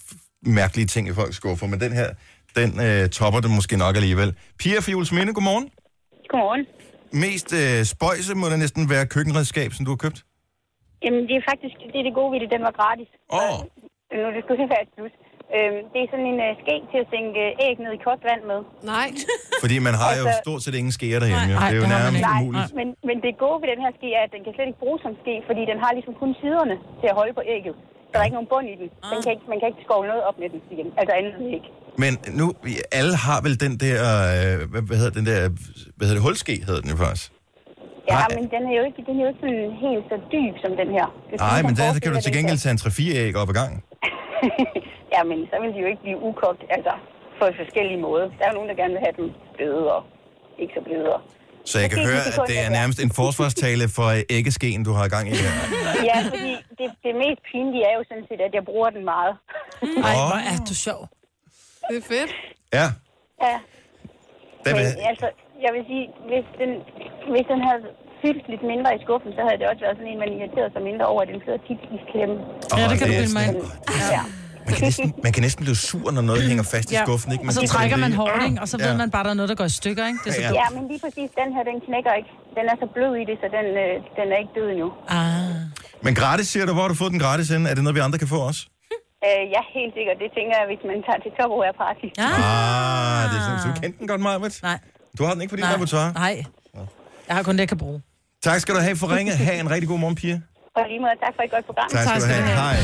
mærkelige ting i folks skuffer, men den her, den topper det måske nok alligevel. Pia fra Juelsminde, godmorgen. Godmorgen. Mest spøjse må det næsten være køkkenredskab, som du har købt? Jamen, det er faktisk det gode ved det. Den var gratis. Nu det skulle være et plus. Det er sådan en ske til at sænke æg ned i koldt vand med. Nej. Fordi man har jo stort set ingen skeer derhjemme. Nej, det er jo nærmest umuligt. Men det gode ved den her ske er, at den kan slet ikke bruges som ske, fordi den har ligesom kun siderne til at holde på ægget. Der er ikke nogen bund i den. Man kan ikke skovle noget op med den igen. Altså andet end ikke. Men nu, alle har vel den der, hvad hedder den der, hulske hedder den jo faktisk. Ja, men den er jo ikke sådan helt så dyb som den her. Nej, men der kan du til gengæld tage en 3-4 æg op ad gangen. Ja, men så vil de jo ikke blive ukogt, altså på en forskellig måde. Der er jo nogen, der gerne vil have dem bløde og ikke så bløde. Så jeg kan høre, at det er nærmest en forsvarstale for æggeskeen, du har gang i her. Ja, fordi det mest pinlige er jo sådan set, at jeg bruger den meget. Ej, hvor er du sjov. Det er fedt. Ja. Ja. Men altså, jeg vil sige, hvis den havde fyldt lidt mindre i skuffen, så havde det også været sådan en, man irriterede sig mindre over, at den sidder tit i klemme. Ja, det kan du bilde mig ind. Ja. Man kan næsten blive sur, når noget hænger fast i skuffen, ikke? Og så trækker man hårdt, ikke? Og så ved man bare, der er noget, der går i stykker, ikke? Det er så ja, men lige præcis den her, den knækker ikke. Den er så blød i det, så den er ikke død endnu. Men gratis, siger du, hvor har du fået den gratis hen? Er det noget, vi andre kan få også? Ja, helt sikkert. Det tænker jeg, hvis man tager til Tupperware Party. Det er sådan, så du kendte den godt, Majbrit? Nej. Du har den ikke på din repertoire? Nej. Jeg har kun det, jeg kan bruge. Tak skal du have for ringet. Ha' en rigtig god morgen, Pia. Og lige måde, tak for et godt program. Tak skal du have. Hej.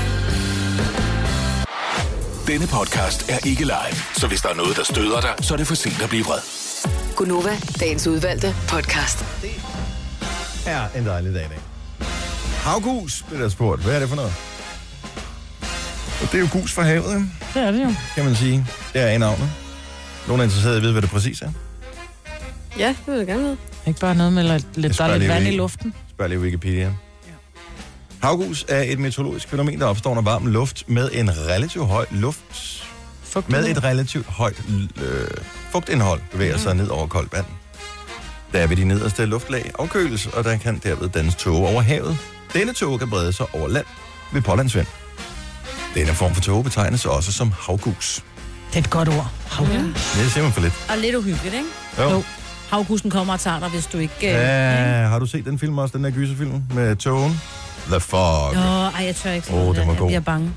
Denne podcast er ikke live, så hvis der er noget, der støder dig, så er det for sent at blive vred. Gunova, dagens udvalgte podcast. Det er en dejlig dag i dag. Havgus, bliver der spurgt. Hvad er det for noget? Og det er jo gus fra havet, ikke? Det er det jo. Kan man sige. Det er en navnet. Nogen er interesseret i at vide, hvad det præcis er? Ja, det vil jeg gerne vide. Ikke bare noget med, der er lidt vand i luften. Spørg lige Wikipedia. Havgus er et meteorologisk fænomen, der opstår under varm luft med en relativt høj et relativt højt fugtindhold bevæger sig ned over koldt vand. Der ved de nederste luftlag afkøles, og der kan derved dannes tåge over havet. Denne tåge kan brede sig over land ved pålandsvind. Denne form for tåge betegnes også som havgus. Det er et godt ord. Havgus. Det er simpelthen for lidt. Og lidt uhyggeligt, ikke? Jo. Havgussen kommer og tager dig, hvis du ikke... Ja, har du set den film også, den der gyserfilm med tågen? The Fog. Jeg tør ikke. Den var god. Jeg bliver bange.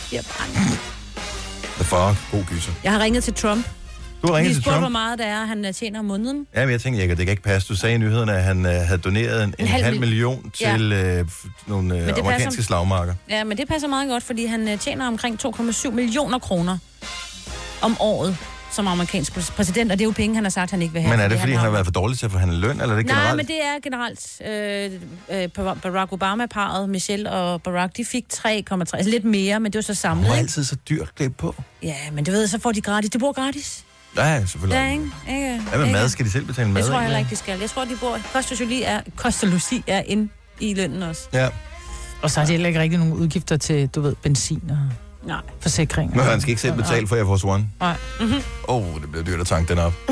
The Fog, god gyser. Jeg har ringet til Trump. Du har ringet til Trump? hvor meget det er, han tjener om måneden. Ja, men jeg tænkte, det kan ikke passe. Du sagde i nyhederne, at han havde doneret en halv million til nogle amerikanske slagmarker. Ja, men det passer meget godt, fordi han tjener omkring 2,7 millioner kroner om året som amerikansk præsident, og det er jo penge, han har sagt, han ikke vil have. Men er det, fordi han har været for dårlig til at forhandle løn, eller er det generelt? Nej, men det er generelt. Barack Obama-parret, Michelle og Barack, de fik 3,3, altså lidt mere, men det var så samlet. Han var altid så dyrt klædt på. Ja, men du ved, så får de gratis. De bor gratis. Ja, selvfølgelig. Ja, ikke? Hvad med mad? Skal de selv betale mad? Jeg tror heller ikke, de skal. Jeg tror, de bor... Kost og logi er inde i lønnen også. Ja. Og så har de heller ikke rigtig nogen udgifter til, du ved, benzin og forsikring. Men han skal ikke selv betale for Air Force One. Nej. Det bliver dyrt at tanke den op.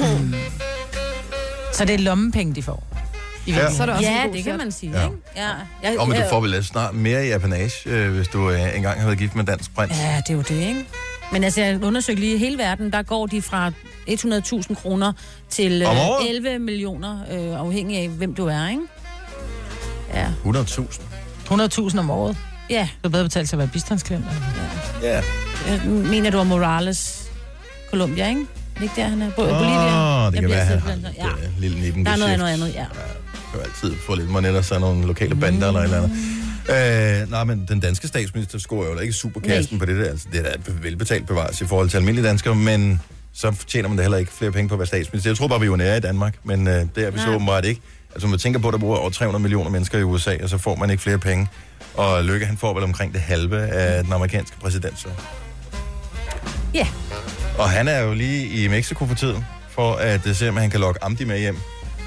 Så det er lommepenge, de får. Ja, så er det også det kan man sige, ikke? Ja. Men du får vel snart mere i apanage, hvis du engang har været gift med en dansk prins. Ja, det er jo det, ikke? Men altså, jeg undersøgte lige hele verden, der går de fra 100.000 kroner til 11 millioner, afhængig af, hvem du er, ikke? Ja. 100.000? 100.000 om året? Ja. Du er bedre betalt til at være bistandsklient. Ja. Mener du om Morales, Colombia, ikke? Er det ikke der, han er? Bolivia? Det kan være, han har lille nitten. Der er noget andet, ja. Du kan altid få lidt monetter, så nogle lokale bander eller et eller andet. Nej, men den danske statsminister scorer jo ikke superkasten på det der. Altså, det er da et velbetalt bevares i forhold til almindelige danskere, men så tjener man da heller ikke flere penge på at være statsminister. Jeg tror bare, vi er jo nære i Danmark, men det er vi så åbenbart ikke. Altså, man tænker på, at der bor over 300 millioner mennesker i USA, og så får man ikke flere penge. Og Løkke, han får vel omkring det halve af den amerikanske præsident, så. Ja. Og han er jo lige i Mexico for tiden, for at se, om han kan lokke Amdi med hjem.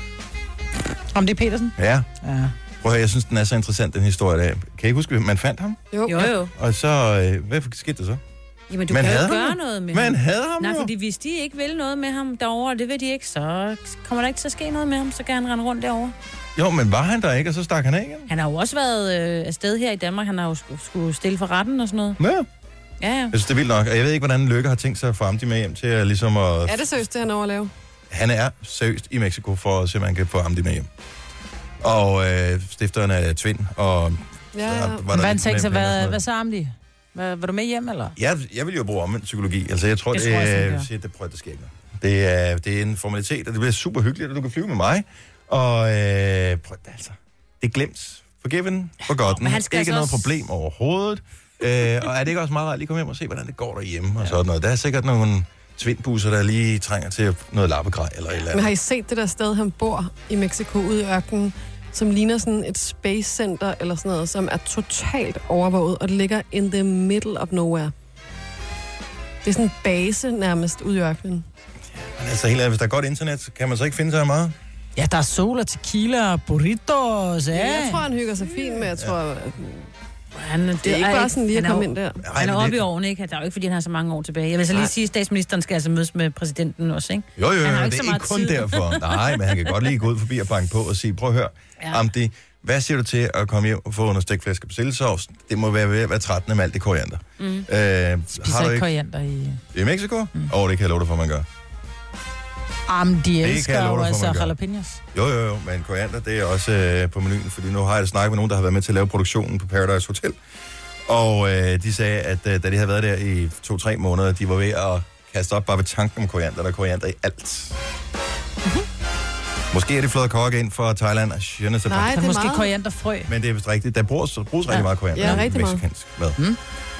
Amdi Petersen? Ja. Prøv at høre, jeg synes, den er så interessant, den historie der. Kan I ikke huske, man fandt ham? Jo. Og så, hvad skete der så? Jamen, du kan jo gøre noget med ham. Man havde ham. Nej, fordi hvis de ikke vil noget med ham derovre, det vil de ikke, så kommer der ikke til at ske noget med ham, så kan han rende rundt derovre. Jo, men var han der ikke, og så stak han af igen? Han har jo også været afsted her i Danmark. Han har jo skulle stille for retten og sådan noget. Ja. Ja. Jeg synes, det er vildt nok. Og jeg ved ikke, hvordan Lykke har tænkt sig at få Amdi med hjem til at ligesom at... Er det seriøst, det han overlever? Han er seriøst i Mexico for at se, om han kan få Amdi med hjem. Og stifteren er Tvind, og... Ja. Hvad tænkte sig, hvad så Amdi? Var du med hjem, eller? Jeg vil jo bruge omvendt psykologi. Altså, jeg tror, det sker ikke. Det er en formalitet, og det bliver super hyggeligt, at du kan flyve med mig. Og prøv det altså. Det er glemt. Forgiven, forgotten. Ikke noget problem overhovedet. Og er det ikke også meget rart lige komme hjem og se, hvordan det går derhjemme og sådan noget. Der er sikkert nogle tvindbusser, der lige trænger til noget lappegrej eller et eller andet. Men har I set det der sted, han bor i Mexico, ude i ørkenen, som ligner sådan et space center eller sådan noget, som er totalt overvåget, og det ligger in the middle of nowhere. Det er sådan en base nærmest ude i ørkenen. Men altså helt hvis der er godt internet, kan man så ikke finde sig meget? Ja, der er sol og tequila og burritos, ja. Jeg tror, han hygger sig fint med, jeg tror... Det er ikke bare sådan lige at komme ind der. Han er oppe i årene, ikke? Det er jo ikke, fordi han har så mange år tilbage. Jeg vil så lige sige, at statsministeren skal altså mødes med præsidenten også, ikke? Jo, det er ikke kun derfor. Nej, men han kan godt lige gå ud forbi og banke på og sige, prøv at høre, Amdi, hvad siger du til at komme hjem og få noget stegflæsk og persillesovs? Det må være ved at være 13 med alt det koriander. Spiser ikke koriander i Mexico? Det kan jeg love dig for, man gør. De elsker jo altså jalapenos. Jo, men koriander, det er også på menuen, fordi nu har jeg snakket med nogen, der har været med til at lave produktionen på Paradise Hotel. Og de sagde, at da de havde været der i 2-3 måneder, de var ved at kaste op bare ved tanken om koriander. Der er koriander i alt. Måske er det flået kokke ind for Thailand. Nej, det er måske korianderfrø. Men det er vist rigtigt. Der bruges rigtig meget koriander. Ja, rigtig mexicansk mad.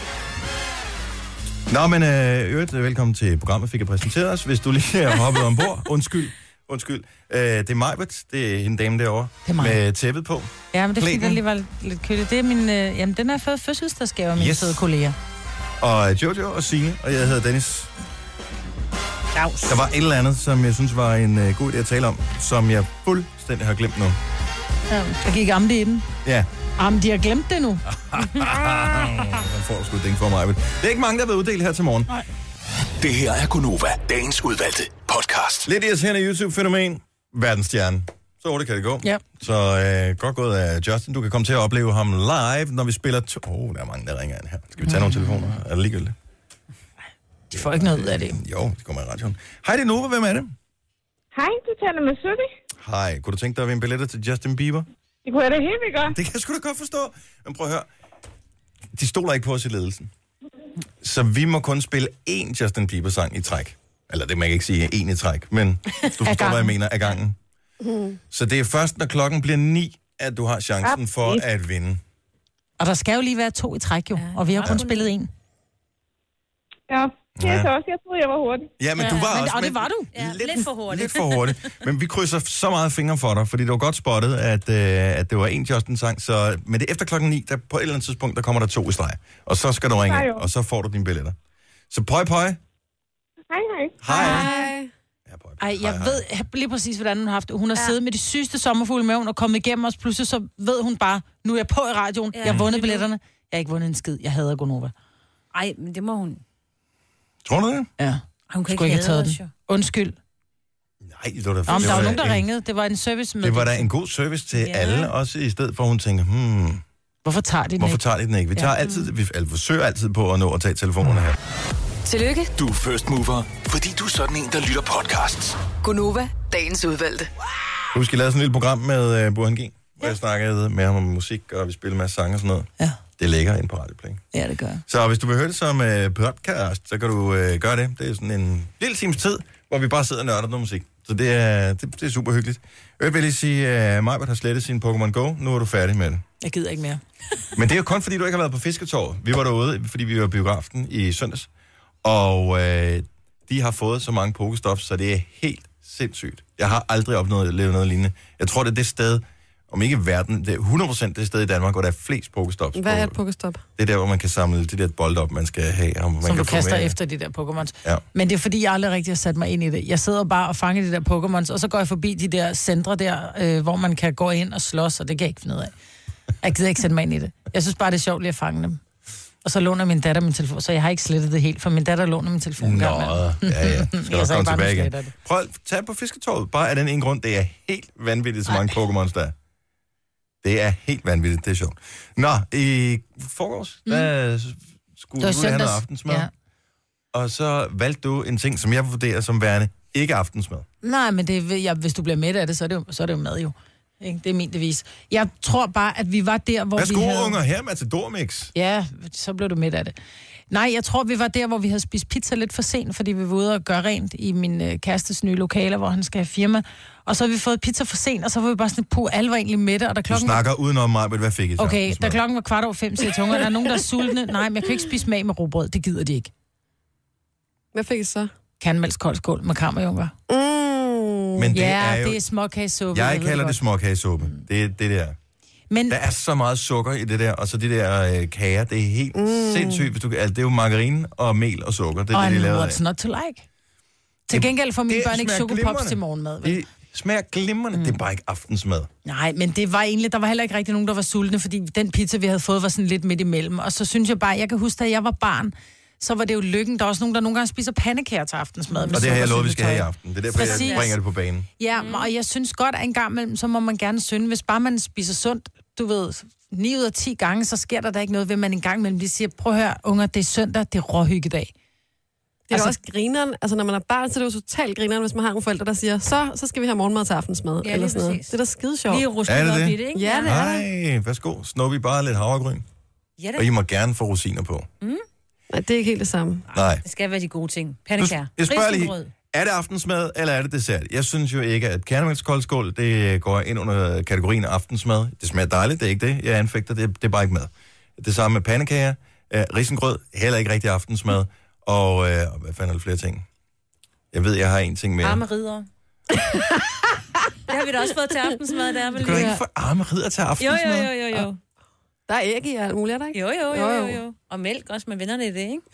Nå, men velkommen til programmet, fik jeg præsenteret os. Hvis du lige er hoppet ombord, undskyld. Det er Majbert, det er hende dame derovre, med tæppet på. Ja, men det er fordi, der lige var lidt køligt. Det er min, den har fået fødselsdagsgave af mine søde kolleger. Og Jojo og Signe, og jeg hedder Dennis. Dags. Der var et eller andet, som jeg synes var en god idé at tale om, som jeg fuldstændig har glemt nu. Ja, der gik Amdi i den. Ja. De har glemt det nu. Den får du sgu et ding for mig. Det er ikke mange, der vil uddele her til morgen. Nej. Det her er Gunova, dagens udvalgte podcast. Lidt irriterende YouTube-fænomen. Verdensstjerne. Så hurtigt kan det gå. Ja. Så godt gået af Justin. Du kan komme til at opleve ham live, når vi spiller... der er mange, der ringer ind her. Skal vi tage nogle telefoner? Er det ligegyldigt? De får ikke noget ud af det. Jo, det kommer i radioen. Hej, det er Nova. Hvem er det? Hej, du taler med Subi. Hej. Kunne du tænke dig at vinde billetter til Justin Bieber? Det kunne jeg da helt vildt godt. Det kan jeg sgu da godt forstå. Men prøv at høre. De stoler ikke på os i ledelsen. Så vi må kun spille én Justin Bieber-sang i træk. Eller det man kan ikke sige én i træk, men du forstår, hvad jeg mener, af gangen. Så det er først, når klokken bliver 9, at du har chancen for at vinde. Og der skal jo lige være 2 i træk, jo. Og vi har kun spillet 1. Ja, det er så også. Jeg troede, jeg var hurtig. Ja, men du var også... Og det var du. Ja, lidt for hurtigt. Lidt for hurtigt. Men vi krydser så meget fingre for dig, fordi det var godt spottet, at det var en Justin-sang. Så, men det er efter klokken 9, der på et eller andet tidspunkt, der kommer der 2 i streg. Og så skal du ringe, og så får du dine billetter. Så pøj. Hej. Ej, jeg ved lige præcis, hvordan hun har haft det. Hun har siddet med de sygeste sommerfugle med, og kommet igennem os. Pludselig så ved hun bare, nu er jeg på i radioen. Jeg har vundet billetterne. Jeg har ikke vundet en skid. Jeg hader Gonova. Ej, men det må hun... Tror du det? Ja. Hun kan ikke have taget den. Undskyld. Nej, det var da... Der var nogen, der ringede. Det var en service med... Det var da en god service til alle, også i stedet for, hun tænker, Hvorfor tager de den ikke? Vi tager altid, vi forsøger altid på at nå at tage telefonerne her. Tillykke. Du er first mover, fordi du er sådan en, der lytter podcasts. Gunova, dagens udvalgte. Vi skal lave sådan et lille program med Burhan G, hvor jeg snakkede med ham om musik, og vi spiller en masse sange og sådan noget. Ja. Det ligger inde på Radioplay. Ja, det gør. Så hvis du vil høre det som podcast, så kan du gøre det. Det er sådan en lille times tid, hvor vi bare sidder og nørder noget musik. Så det er super hyggeligt. Jeg vil lige sige, at Majbert har slettet sin Pokémon Go. Nu er du færdig med det. Jeg gider ikke mere. Men det er jo kun, fordi du ikke har været på Fisketorvet. Vi var derude, fordi vi var biografen i søndags. Og de har fået så mange Pokestops, så det er helt sindssygt. Jeg har aldrig opnået noget lignende. Jeg tror, det er det sted, om ikke i verden, det er 100% det sted i Danmark, hvor der er flest Pokestops. Hvad er et Pokestop? Det er der, hvor man kan samle de der bolde op, man skal have. Og man som kan du kaster efter de der Pokémons. Ja. Men det er fordi, jeg aldrig rigtig har sat mig ind i det. Jeg sidder bare og fanger de der Pokémons, og så går jeg forbi de der centre der, hvor man kan gå ind og slås, og det kan jeg ikke finde ud af. Jeg gider ikke sætte mig ind i det. Jeg synes bare, det er sjovt lige at fange dem. Og så låner min datter min telefon, så jeg har ikke slettet det helt, for min datter låner min telefon. Nå, ja. Skal nok komme tilbage igen. Prøv at tage på Fisketorvet. Bare af den ene grund, det er helt vanvittigt, så mange Pokémons der er. Det er helt vanvittigt, det er sjovt. Nå, i forgårs, skulle du have noget aftensmad. Ja. Og så valgte du en ting, som jeg vurderer som værende ikke aftensmad. Nej, men hvis du bliver mæt af det, så er det jo mad jo. Ikke? Det er min devis. Jeg tror bare, at vi var der, hvor Værsgo, vi havde... unger, her Matador Mix. Ja, så blev du mæt af det. Nej, jeg tror, vi var der, hvor vi havde spist pizza lidt for sent, fordi vi var ude og gøre rent i min kærestes nye lokaler, hvor han skal have firma. Og så har vi fået pizza for sent, og så var vi bare sådan, alle var egentlig mætte, og da klokken... Du snakker udenom mig, hvad fik I så? Okay, da klokken var 5:15, siger jeg til ungerne, der er nogen, der er sultne. Nej, men jeg kan ikke spise mag med rugbrød, det gider de ikke. Hvad fik I så? Kanmælkskoldskål med kammerjunker. Men det er jo... det er småkagesuppe. Jeg kalder det småkagesuppe. Det er det der. Men... Der er så meget sukker i det der, og så de der kager, det er helt sindssygt. Hvis det er jo margarine og mel og sukker. Det er det, de laver af. What's not to like? Til gengæld får mine børn ikke sukkerpops til morgenmad. Det smager glimrende. Det er bare ikke aftensmad. Nej, men det var egentlig, der var heller ikke rigtig nogen, der var sultne, fordi den pizza, vi havde fået, var sådan lidt midt imellem. Og så synes jeg bare, jeg kan huske, da jeg var barn, så var det jo lykken. Der er også nogen, der nogle gange spiser pandekager til aftensmad. Og det har jeg lovet, vi skal have i aften. Det er derfor, jeg bringer det på banen. Ja, og jeg synes godt, at en gang imellem, så må man gerne synde. Hvis bare man spiser sundt, du ved, 9 ud af 10 gange, så sker der ikke noget ved, man en gang imellem lige siger, prøv at høre, unger, det er søndag, det er råhyggedag. Det er også grineren, altså når man er barn, så er det jo totalt grineren, hvis man har nogle forældre, der siger, så skal vi have morgenmad til aftensmad, ja, eller sådan noget. Det er da skide sjovt. Lige rustet op i det, ikke? Ja, det er det. Nej, værsgo, snupper I bare lidt havregryn. Ja, det. Og I må gerne få rosiner på. Nej, det er ikke helt det samme. Nej. Det skal være de gode ting. Pandekager. Jeg spørger lige, er det aftensmad, eller er det dessert? Jeg synes jo ikke, at kærnemælkskoldskål, det går ind under kategorien aftensmad. Det smager dejligt, det er ikke det. Jeg anfægter, det er bare ikke mad. Det samme med pandekager. Risengrød, heller ikke rigtig aftensmad. Og hvad fanden er der flere ting? Jeg ved, jeg har en ting mere. Arme ridder. Det har vi da også fået til aftensmad, der. Du kan ikke få arme ridder til aftensmad? Jo. Der er æg i alt muligt, er der ikke? Jo. Og mælk også med vennerne i det, ikke?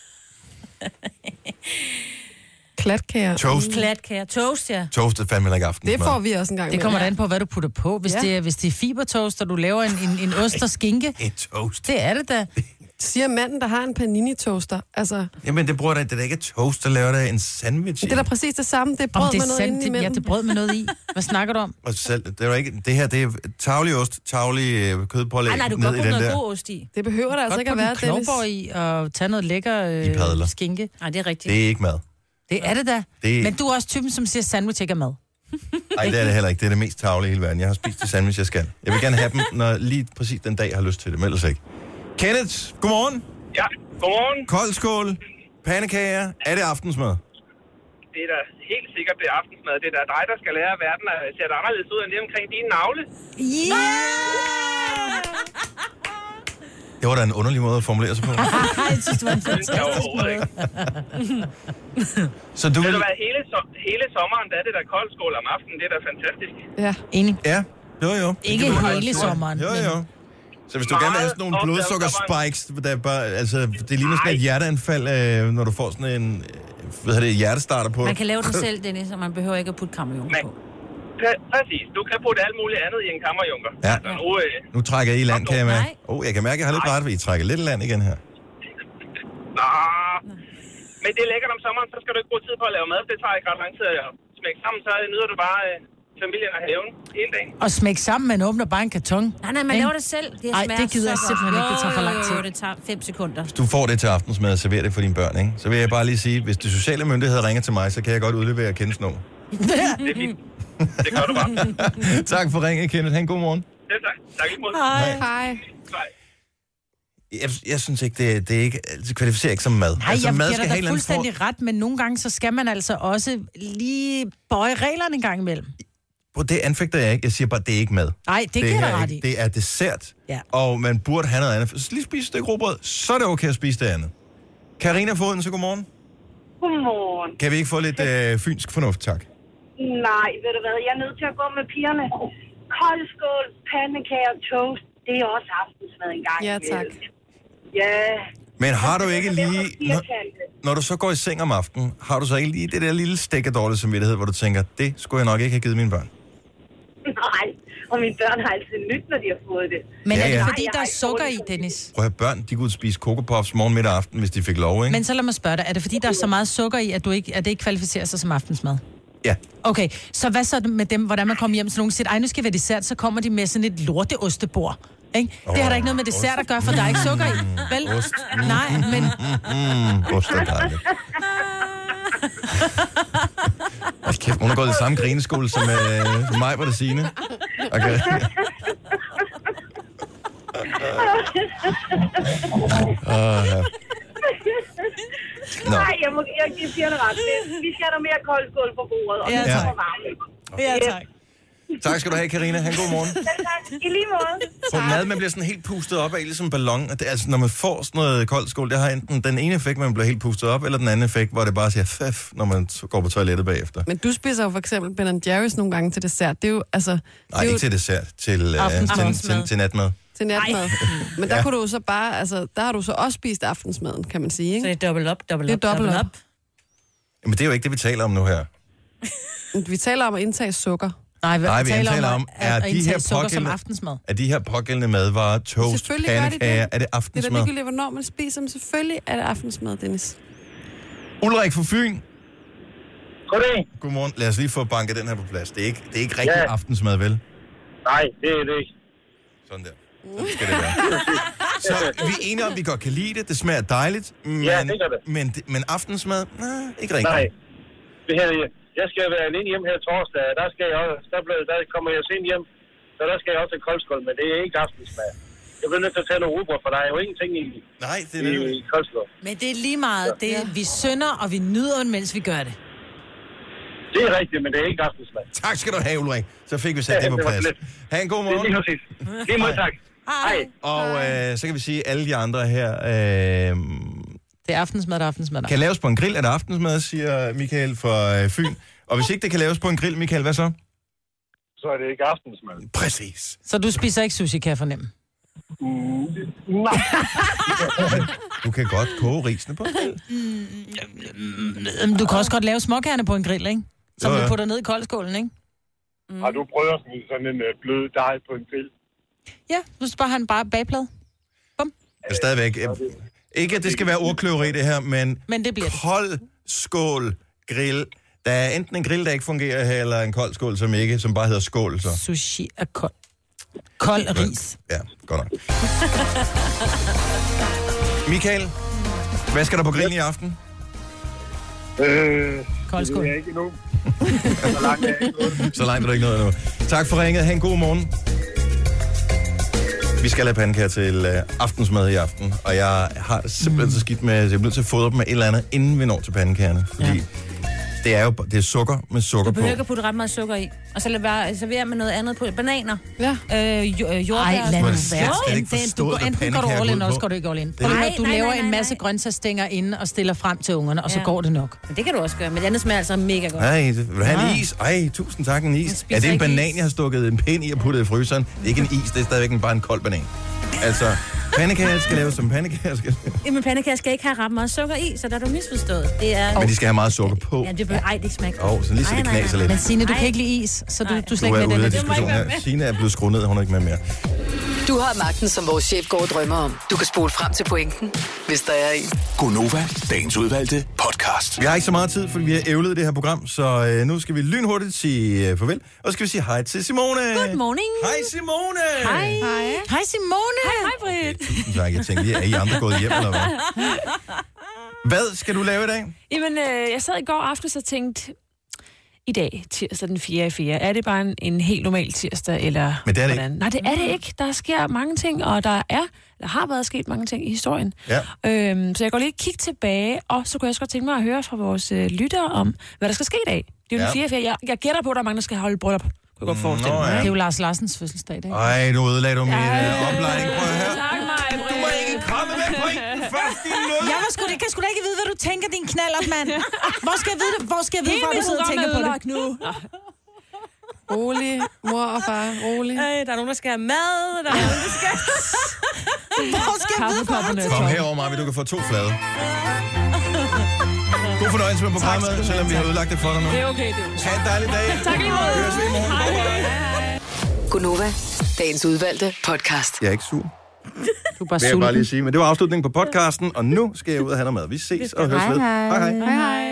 Klatkager. Toast. Klatkager. Toast, ja. Toast er fandme ikke aftensmad. Det får vi også en gang. Det kommer an på, hvad du putter på. Hvis det er fibertoast, og du laver en ost og skinke. En toast. Det er det da. Siger manden, der har en panini-toaster. Altså... Jamen, det er da ikke toast, der laver der en sandwich i. Det er da præcis det samme. Det er brød med noget inde imellem. Ja, det er brød med noget i. Hvad snakker du om? Og selv, det er ikke, det her, det er tavlig ost, tavlig kødpålæg. Nej, du kan godt putte noget god ost i. Det behøver der altså ikke at være, Dennis. Godt i og tage noget lækker skinke. Nej, det er rigtigt. Det er ikke mad. Det er det da. Men du er også typen, som siger, sandwich ikke er mad. Nej, det er det heller ikke. Det er det mest tavlige i hele verden. Jeg har spist de sandwich, jeg skal. Jeg vil gerne have dem, når lige præcis den dag, jeg har lyst til det, men ellers ikke. Kenneth, godmorgen. Ja, godmorgen. Koldskål, pandekager, er det aftensmad? Det er da helt sikkert, det er aftensmad. Det er da dig, der skal lære, at verden ser anderledes ud end det omkring dine navle. Det var da en underlig måde at formulere sig på. Jeg synes, det var en fantastisk måde. Så du vil... hele sommeren, der er det der koldskål om aftenen. Det er da fantastisk. Ja, enig. Ja, jo. Ikke hele sommeren. Jo. Så hvis du gerne vil have sådan nogle blodsukkerspikes, der bare, altså, det ligner sådan et hjerteanfald, når du får sådan en hjertestarter på. Man kan lave den selv, Dennis, og man behøver ikke at putte kammerjunker på. Præcis. Du kan putte alt muligt andet i en kammerjunker. Ja. Nu trækker I i land, kan jeg mærke. Jeg kan mærke, at jeg har lidt ret, for I trækker lidt i land igen her. Men det er lækkert om sommeren, så skal du ikke bruge tid på at lave mad. Det tager ikke ret lang tid at smække sammen, så nyder du bare... familien og haven hele dagen. Og smække sammen, man åbner bare en karton. Nej, man laver det selv. Nej, det gider jeg simpelthen ikke. Det tager for lang tid. Det tager 5 sekunder. Hvis du får det til aftensmad og serverer det for dine børn, ikke? Så vil jeg bare lige sige, hvis de sociale myndigheder ringer til mig, så kan jeg godt udlevere Kenneths nummer. Det er fint. Det gør du bare. Tak for ringen, Kenneth. Ha' en god morgen. Ja, tak. Tak lige måde. Hej. Jeg synes ikke, det er ikke, det kvalificerer ikke som mad. Nej, altså, jeg giver dig fuldstændig ret, men nogle gange, så skal man altså også lige bøje reglerne en gang imellem. Det anfægter jeg ikke. Jeg siger bare, det er ikke mad. Nej, det giver dig ret i. Det er dessert, og man burde have noget andet. Så lige spise et stykke rugbrød, så er det okay at spise det andet. Karina Foden, så godmorgen. Godmorgen. Kan vi ikke få lidt fynsk fornuft, tak? Nej, ved du hvad, jeg er nødt til at gå med pigerne. Koldskål, pandekager, toast, det er også aftensmad en gang. Ja, tak. Ja. Men har du ikke lige, når du så går i seng om aftenen, har du så ikke lige det der lille stik af dårlig samvittighed, hvor du tænker, det skulle jeg nok ikke have givet mine børn? Nej, og mine børn har altid nyt, når de har fået det. Men er det fordi, der er sukker i, Dennis? Prøv at børn, de kunne spise Coco Puffs morgen, middag og aften, hvis de fik lov, ikke? Men så lad mig spørge dig, er det fordi, der er så meget sukker i, at det ikke kvalificerer sig som aftensmad? Ja. Okay, så hvad så med dem, hvordan man kommer hjem til nogen og siger, nu skal vi have dessert, så kommer de med sådan et lorteostebord. Ikke? Det har der ikke noget med dessert at gøre, for der er ikke sukker i. Vel? Ost. Nej, men... Ost er dejligt. Hold kæft, hun har gået i samme grineskole som mig på det Signe. Okay. Nej, jeg giver det ret. Vi skal have mere koldskål på bordet, og det kommer varmt. Ja, tak. Tak skal du have, Karina. Ha' en god morgen. Selv tak. I lige måde. På mad, man bliver sådan helt pustet op af, ligesom en ballon. Altså, når man får sådan noget koldskål, det har enten den ene effekt, man bliver helt pustet op, eller den anden effekt, hvor det bare siger faf, når man går på toilettet bagefter. Men du spiser jo for eksempel Ben & Jerry's nogle gange til dessert. Det er jo, altså... Nej, ikke til dessert. Til natmad. Til natmad. Men der kunne du så bare... Altså, der har du så også spist aftensmaden, kan man sige, ikke? Så det er double up. Jamen, det er jo ikke det, vi taler om nu her. Vi taler om at indtage sukker. Nej, vi taler om, er de her pågældende madvarer, toast, pandekager, er det aftensmad? Det er da ligegyldigt, hvornår man spiser, men selvfølgelig er det aftensmad, Dennis. Ulrik fra Fyn. Goddag. Godmorgen. Lad os lige få banket den her på plads. Det er ikke rigtig aftensmad, vel? Nej, det er det ikke. Sådan der. Så skal det være. Så vi er enige om, at vi godt kan lide det. Det smager dejligt. Men, ja, det gør det. Men aftensmad? Nej, ikke rigtigt. Nej. Det her, jeg skal være alene hjem her torsdag. Der kommer jeg sent hjem. Så der skal jeg også have koldskål, men det er ikke aftensmad. Jeg bliver nødt til at tage noget rugbrød, for der er jo ingenting i koldskål. Men det er lige meget. Vi synder, og vi nyder den, mens vi gør det. Det er rigtigt, men det er ikke aftensmad. Tak skal du have, Ulrik. Så fik vi sat det på plads. Ha' en god morgen. Det er lige præcis. Lige måde, tak. Hej. Og så kan vi sige, at alle de andre her... Det er aftensmad. Kan laves på en grill, er det aftensmad, siger Michael fra Fyn. Og hvis ikke det kan laves på en grill, Michael, hvad så? Så er det ikke aftensmad. Præcis. Så du spiser ikke sushi, kan jeg fornemme? Nej. Du kan godt koge risene på en grill. Du kan også godt lave småkærne på en grill, ikke? Som du putter ned i koldskålen, ikke? Har du prøvet sådan en blød dej på en grill? Ja, du skal bare have en bagplade. Bum. Men stadigvæk... Ikke, at det skal være ordkløveri, det her, men det bliver kold skål grill. Der er enten en grill, der ikke fungerer her, eller en kold skål, som bare hedder skål. Så. Sushi er kold. Kold ris. Ja, godt nok. Michael, hvad skal der på grillen i aften? Koldskål. Det er ikke endnu. Så langt er du ikke noget endnu. Tak for ringet. Ha' en god morgen. Vi skal have pandekager til aftensmad i aften, og jeg har det simpelthen så skidt med, at jeg er nødt til at fodre dem med et eller andet, inden vi når til pandekagerne. Fordi det er sukker med sukker på. Du behøver ikke at putte ret meget sukker i. Og så servere med noget andet på. Bananer. Ja. Jordbær. Ej, lad det være. Enten går du all in, også går du ikke all in. Du laver en masse grøntsagsstænger inde og stiller frem til ungerne, og så går det nok. Men det kan du også gøre, men det andet smager altså mega godt. Nej, vil du have en is? Ej, tusind tak, en is. Er det en banan, jeg har stukket en pind i og puttet i fryseren? Det er ikke en is, det er stadigvæk bare en kold banan. Altså, pandekager skal laves som pandekager skal laves. Jamen, pandekager skal ikke have ret meget sukker i, så der er du misforstået. Det er... Men de skal have meget sukker på. Ja, det smager. Så lige så det knaser lidt. Men Signe, du kan ikke lide is, så du slet ikke med den her diskussion her. Signe er blevet skruet ned, hun er ikke med mere. Du har magten, som vores chef går og drømmer om. Du kan spole frem til pointen, hvis der er en. Gonova, dagens udvalgte podcast. Vi har ikke så meget tid, fordi vi har ævlet det her program, så nu skal vi lynhurtigt sige farvel. Og så skal vi sige hej til Simone. Good morning. Hej Simone. Hej. Hej Simone. Hej Britt. Tusind tak. Jeg tænkte, er I andre gået hjem, eller hvad? Hvad skal du lave i dag? Jamen, jeg sad i går aftes og tænkte, i dag, tirsdag den 4.4., er det bare en helt normal tirsdag, eller men det er det hvordan? Nej, det er det ikke. Der sker mange ting, og der har været sket mange ting i historien. Ja. Så jeg går lige kigge tilbage, og så kunne jeg også godt tænke mig at høre fra vores lyttere om, hvad der skal ske i dag. Det er jo den 4.4. Jeg gætter på, at der er mange, der skal holde bryllup. Kunne jeg godt forestille mig. Det er jo Lars Larsens fødselsdag i dag. Ej, nu ødelagde du min opladning. Prøv at høre. Tak mig, Du må ikke komme med pointen først, din nød. Jeg kan sgu da ikke vide, hvad du tænker, din knallert, mand. Hvor skal jeg vide det? Hvor skal jeg vide, hvor du sidder og tænker på det? Nu. Rolig, mor og far, rolig. Der er nogen, der skal have mad. Der er nogen, der skal... Hvor skal jeg vide, hvor du Kom herover, Marvi, du kan få 2 flade. God fornøjelse med programmet, selvom vi har ødelagt det for dig nu. Det er okay, det er okay. Ha' en dejlig dag. Tak lige måde. Høres vi i morgen. Hej. Gonova, dagens udvalgte podcast. Jeg er ikke sur. Du er bare vil jeg bare lige sige. Men det var afslutningen på podcasten, og nu skal jeg ud og have noget mad. Vi ses og høres ved. Hej hej.